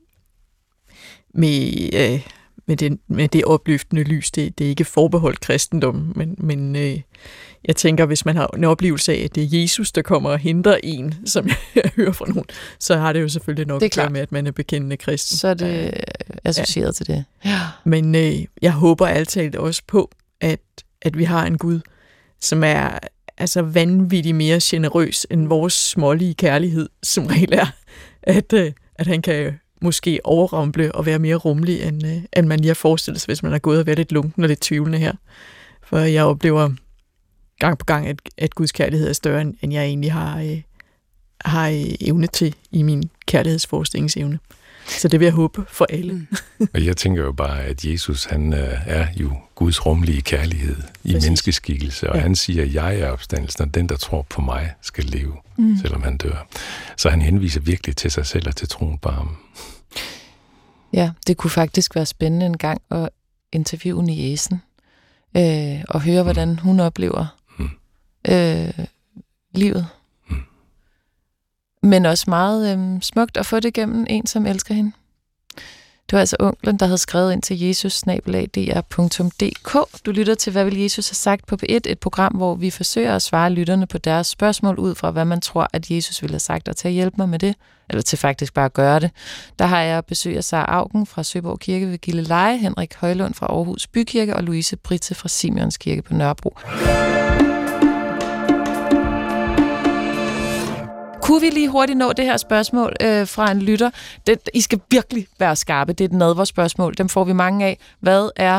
Speaker 1: med, med, det, med det opløftende lys, det, det er ikke forbeholdt kristendom, men, men jeg tænker, hvis man har en oplevelse af, at det er Jesus, der kommer og henter en, som jeg hører fra nogen, så har det jo selvfølgelig nok at gøre med, at man er bekendende kristen.
Speaker 2: Så er det associeret ja. til det.
Speaker 1: Ja. Men øh, jeg håber altid også på, at, at vi har en Gud, som er altså vanvittigt mere generøs end vores smålige kærlighed, som regel er, at, øh, at han kan måske overrumple og være mere rummelig, end, øh, end man lige har forestillet sig, hvis man har gået og været lidt lunken og lidt tvivlende her. For jeg oplever gang på gang, at, at Guds kærlighed er større, end jeg egentlig har, øh, har øh, evne til i min kærlighedsforestillingsevne. Så det vil jeg håbe for alle.
Speaker 3: Og jeg tænker jo bare, at Jesus, han øh, er jo Guds rummelige kærlighed i Præcis. menneskeskikkelse, og ja. han siger, at jeg er opstandelsen, og den, der tror på mig, skal leve, mm. selvom han dør. Så han henviser virkelig til sig selv og til troen på ham.
Speaker 2: Ja, det kunne faktisk være spændende en gang at interviewe Niesen, øh, og høre, hvordan mm. hun oplever mm. øh, livet. Mm. Men også meget øh, smukt at få det gennem en, som elsker hende. Det var altså onklen, der havde skrevet ind til jesus snabel-a d r punktum d k. Du lytter til, hvad vil Jesus have sagt på P et, et program, hvor vi forsøger at svare lytterne på deres spørgsmål ud fra, hvad man tror, at Jesus ville have sagt, og til at hjælpe mig med det, eller til faktisk bare at gøre det. Der har jeg besøg af Sarah Auken fra Søborg Kirke ved Gilleleje, Henrik Højlund fra Aarhus Bykirke og Louise Britze fra Simeons Kirke på Nørrebro. Kunne vi lige hurtigt nå det her spørgsmål øh, fra en lytter? Det, I skal virkelig være skarpe. Det er et nadverspørgsmål. Dem får vi mange af. Hvad er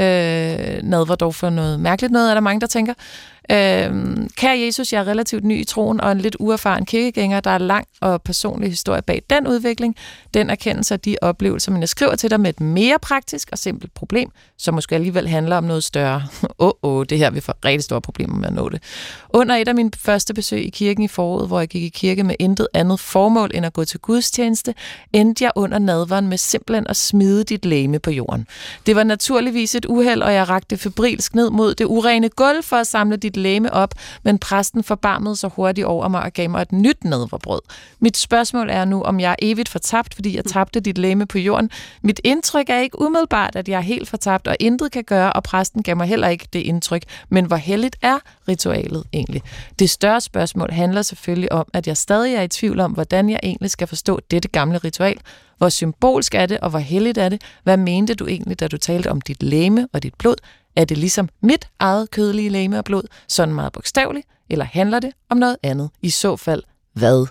Speaker 2: øh, nadver dog for noget mærkeligt noget, er der mange, der tænker. Øh, kære Jesus, jeg er relativt ny i troen og en lidt uerfaren kirkegænger. Der er lang og personlig historie bag den udvikling. Den erkendelse af de oplevelser, men jeg skriver til dig med et mere praktisk og simpelt problem, som måske alligevel handler om noget større. Åh, oh, oh, det her vi får rigtig store problemer med at nå det. Under et af mine første besøg i kirken i foråret, hvor jeg gik i kirke med intet andet formål end at gå til gudstjeneste, endte jeg under nadveren med simpelthen at smide dit legeme på jorden. Det var naturligvis et uheld, og jeg rakte febrilsk ned mod det urene gulv for at samle dit legeme op, men præsten forbarmede så hurtigt over mig og gav mig et nyt nadverbrød. Mit spørgsmål er nu, om jeg er evigt fortabt, fordi jeg tabte dit legeme på jorden. Mit indtryk er ikke umiddelbart, at jeg er helt fortabt, og intet kan gøre, og præsten gav mig heller ikke det indtryk. Men hvor helligt er ritualet egentlig? Det større spørgsmål handler selvfølgelig om, at jeg stadig er i tvivl om, hvordan jeg egentlig skal forstå dette gamle ritual. Hvor symbolsk er det, og hvor helligt er det? Hvad mente du egentlig, da du talte om dit legeme og dit blod? Er det ligesom mit eget kødelige legeme og blod, sådan meget bogstaveligt, eller handler det om noget andet? I så fald, hvad?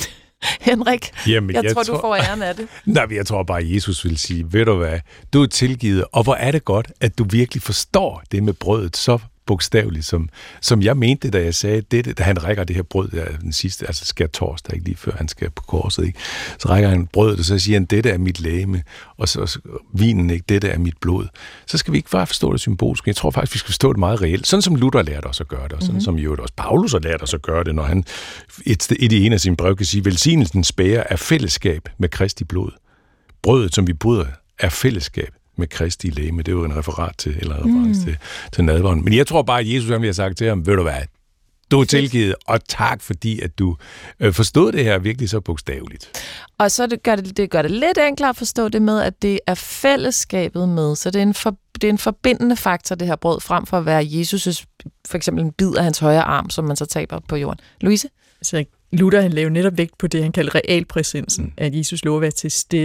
Speaker 2: Henrik,
Speaker 3: Jamen,
Speaker 2: jeg,
Speaker 3: jeg
Speaker 2: tror,
Speaker 3: tror,
Speaker 2: du får æren af det.
Speaker 3: Nej, jeg tror bare, at Jesus vil sige, ved du hvad, du er tilgivet, og hvor er det godt, at du virkelig forstår det med brødet så bogstaveligt, som, som jeg mente, da jeg sagde, det, da han rækker det her brød, der den sidste, altså skær torsdag, ikke lige før han skal på korset, ikke? Så rækker han brødet, og så siger han, dette er mit legeme, og så, så vinen, ikke, dette er mit blod. Så skal vi ikke bare forstå det symbolsk, jeg tror faktisk, vi skal forstå det meget reelt, sådan som Luther lærte os at gøre det, og sådan mm-hmm. som jo også Paulus har lært os at gøre det, når han et, et i en af sine brev kan sige, velsignelsens bærer er fællesskab med Kristi blod. Brødet, som vi bryder, er fællesskab med Kristi legeme. Det er jo en referat til, eller en referat mm. til, til nadveren. Men jeg tror bare, at Jesus, han vil have sagt til ham, ved du hvad, du er tilgivet, og tak fordi, at du øh, forstod det her virkelig så bogstaveligt.
Speaker 2: Og så det gør det, det gør det lidt enklere at forstå det med, at det er fællesskabet med, så det er en, for, det er en forbindende faktor, det her brød, frem for at være Jesus' for eksempel en bid af hans højre arm, som man så taber på jorden. Louise?
Speaker 1: Så Luther, han lavede netop vægt på det, han kalder realpræsensen, mm. at Jesus lover at være til stede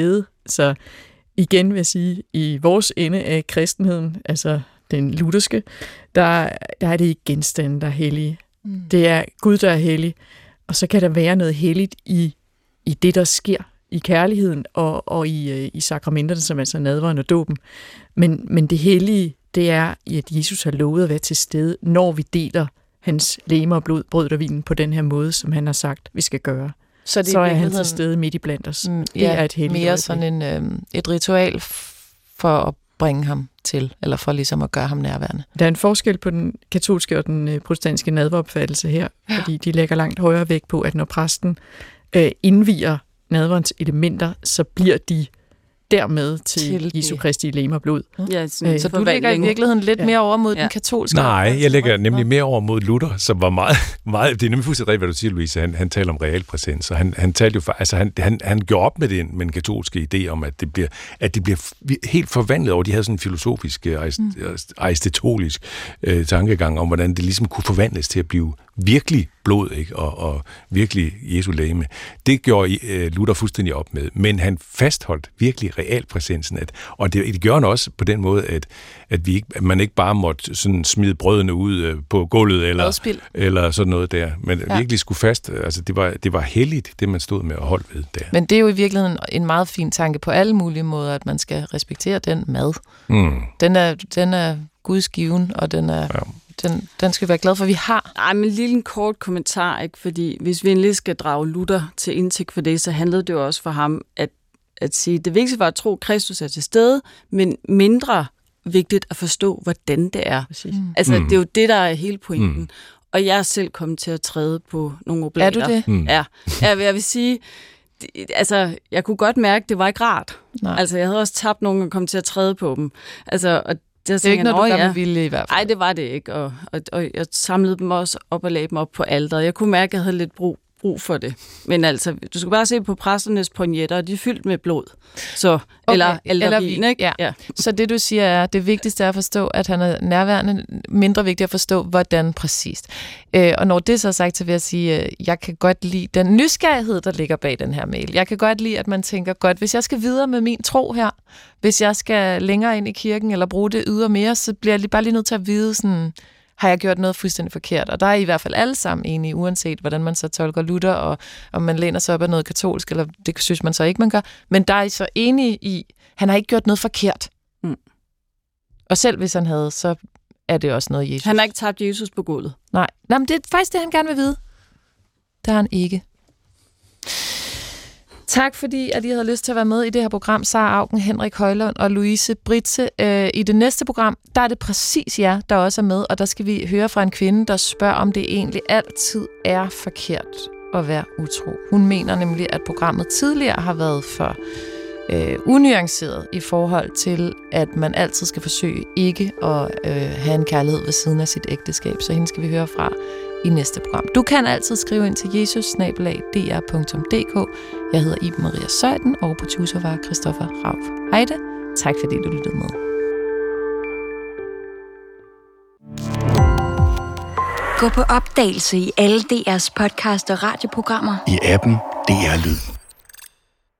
Speaker 1: Så igen vil jeg sige, i vores ende af kristenheden, altså den lutherske, der, der er det ikke genstande, der er hellige. Mm. Det er Gud, der er hellig. Og så kan der være noget helligt i, i det, der sker, i kærligheden og, og i, i sakramenterne, som altså nadveren og dåben. Men, men det hellige, det er, at Jesus har lovet at være til stede, når vi deler hans legeme og blod, brød og vin på den her måde, som han har sagt, vi skal gøre. Så, det så er han til stede midt i blandt os. Mm, det
Speaker 2: ja,
Speaker 1: er et helligt
Speaker 2: mere
Speaker 1: øjeblik.
Speaker 2: sådan en, øh, et ritual for at bringe ham til, eller for ligesom at gøre ham nærværende.
Speaker 1: Der er en forskel på den katolske og den protestantiske nadveropfattelse her, ja. Fordi de lægger langt højere vægt på, at når præsten øh, indvier nadverens elementer, så bliver de dermed til, til Jesu Kristi legeme og blod.
Speaker 4: Ja,
Speaker 2: øh, så du lægger i virkeligheden lidt ja. mere over mod ja. den katolske?
Speaker 3: Nej, jeg lægger nemlig mere over mod Luther, som var meget... meget det er nemlig fuldstændig rigtigt, hvad du siger, Louise. Han, han taler om realpræsens, og han, han talte jo for, altså han, han, han gjorde op med den, med den katolske idé om, at det bliver, at det bliver helt forvandlet over. De havde sådan en filosofisk, mm. aristotelisk øh, tankegang om, hvordan det ligesom kunne forvandles til at blive virkelig blod, ikke? Og, og virkelig Jesu legeme. Det gjorde øh, Luther fuldstændig op med, men han fastholdt virkelig realpræsensen, at, og det, det gjorde han også på den måde, at, at, vi ikke, at man ikke bare måtte sådan smide brødene ud øh, på gulvet, eller, eller sådan noget der, men ja. virkelig skulle fast, altså det var, det var helligt, det man stod med og holdt ved der.
Speaker 2: Men det er jo i virkeligheden en meget fin tanke på alle mulige måder, at man skal respektere den mad. Mm. Den er, den er Guds given, og den er... Ja. Den, den skal vi være glad for, vi har.
Speaker 4: Ej, men lige en kort kommentar, ikke? Fordi hvis vi endelig skal drage Luther til indtægt for det, så handlede det jo også for ham at, at sige, det vigtigste var at tro, at Kristus er til stede, men mindre vigtigt at forstå, hvordan det er. Mm. Altså, mm. det er jo det, der er hele pointen. Mm. Og jeg er selv kommet til at træde på nogle oblater.
Speaker 2: Er du det?
Speaker 4: Mm. Ja. Jeg vil, jeg vil sige, det, altså, jeg kunne godt mærke, at det var ikke rart. Nej. Altså, jeg havde også tabt nogen og kom til at træde på dem. Altså, og
Speaker 2: det er ikke noget, du gør med vilje i hvert fald.
Speaker 4: Nej, det var det ikke, og, og, og jeg samlede dem også op og lagde dem op på alteret. Jeg kunne mærke, at jeg havde lidt brug, brug for det. Men altså, du skal bare se på præsternes poinjetter, og de er fyldt med blod. Så, okay. Eller, eller, eller vin, ikke?
Speaker 2: Ja. Ja. Så det, du siger, er, det vigtigste er at forstå, at han er nærværende, mindre vigtigt at forstå, hvordan præcist. Øh, og når det så er sagt, så vil jeg sige, at jeg kan godt lide den nysgerrighed, der ligger bag den her mail. Jeg kan godt lide, at man tænker, godt, hvis jeg skal videre med min tro her, hvis jeg skal længere ind i kirken, eller bruge det yder mere, så bliver jeg bare lige nødt til at vide, sådan, har jeg gjort noget fuldstændig forkert? Og der er I hvert fald alle sammen enige, uanset hvordan man så tolker Luther, og om man læner sig op af noget katolsk, eller det synes man så ikke, man gør. Men der er I så enige i, han har ikke gjort noget forkert. Mm. Og selv hvis han havde, så er det også noget Jesus.
Speaker 4: Han har ikke tabt Jesus på gulvet.
Speaker 2: Nej, Nej men det er faktisk det, han gerne vil vide. Det har han ikke. Tak fordi, at I havde lyst til at være med i det her program, Sara Auken, Henrik Højlund og Louise Britze. Øh, I det næste program, der er det præcis jer, der også er med, og der skal vi høre fra en kvinde, der spørger, om det egentlig altid er forkert at være utro. Hun mener nemlig, at programmet tidligere har været for øh, unuanceret i forhold til, at man altid skal forsøge ikke at øh, have en kærlighed ved siden af sit ægteskab. Så hende skal vi høre fra i næste program. Du kan altid skrive ind til jesus bindestreg d r punktum d k. Jeg hedder Iben Maria Søjden, og producer var Christoffer Rauf Heide. Tak fordi du lyttede med.
Speaker 5: Gå på opdagelse i alle D R's podcast og radioprogrammer.
Speaker 6: I appen D R Lyd.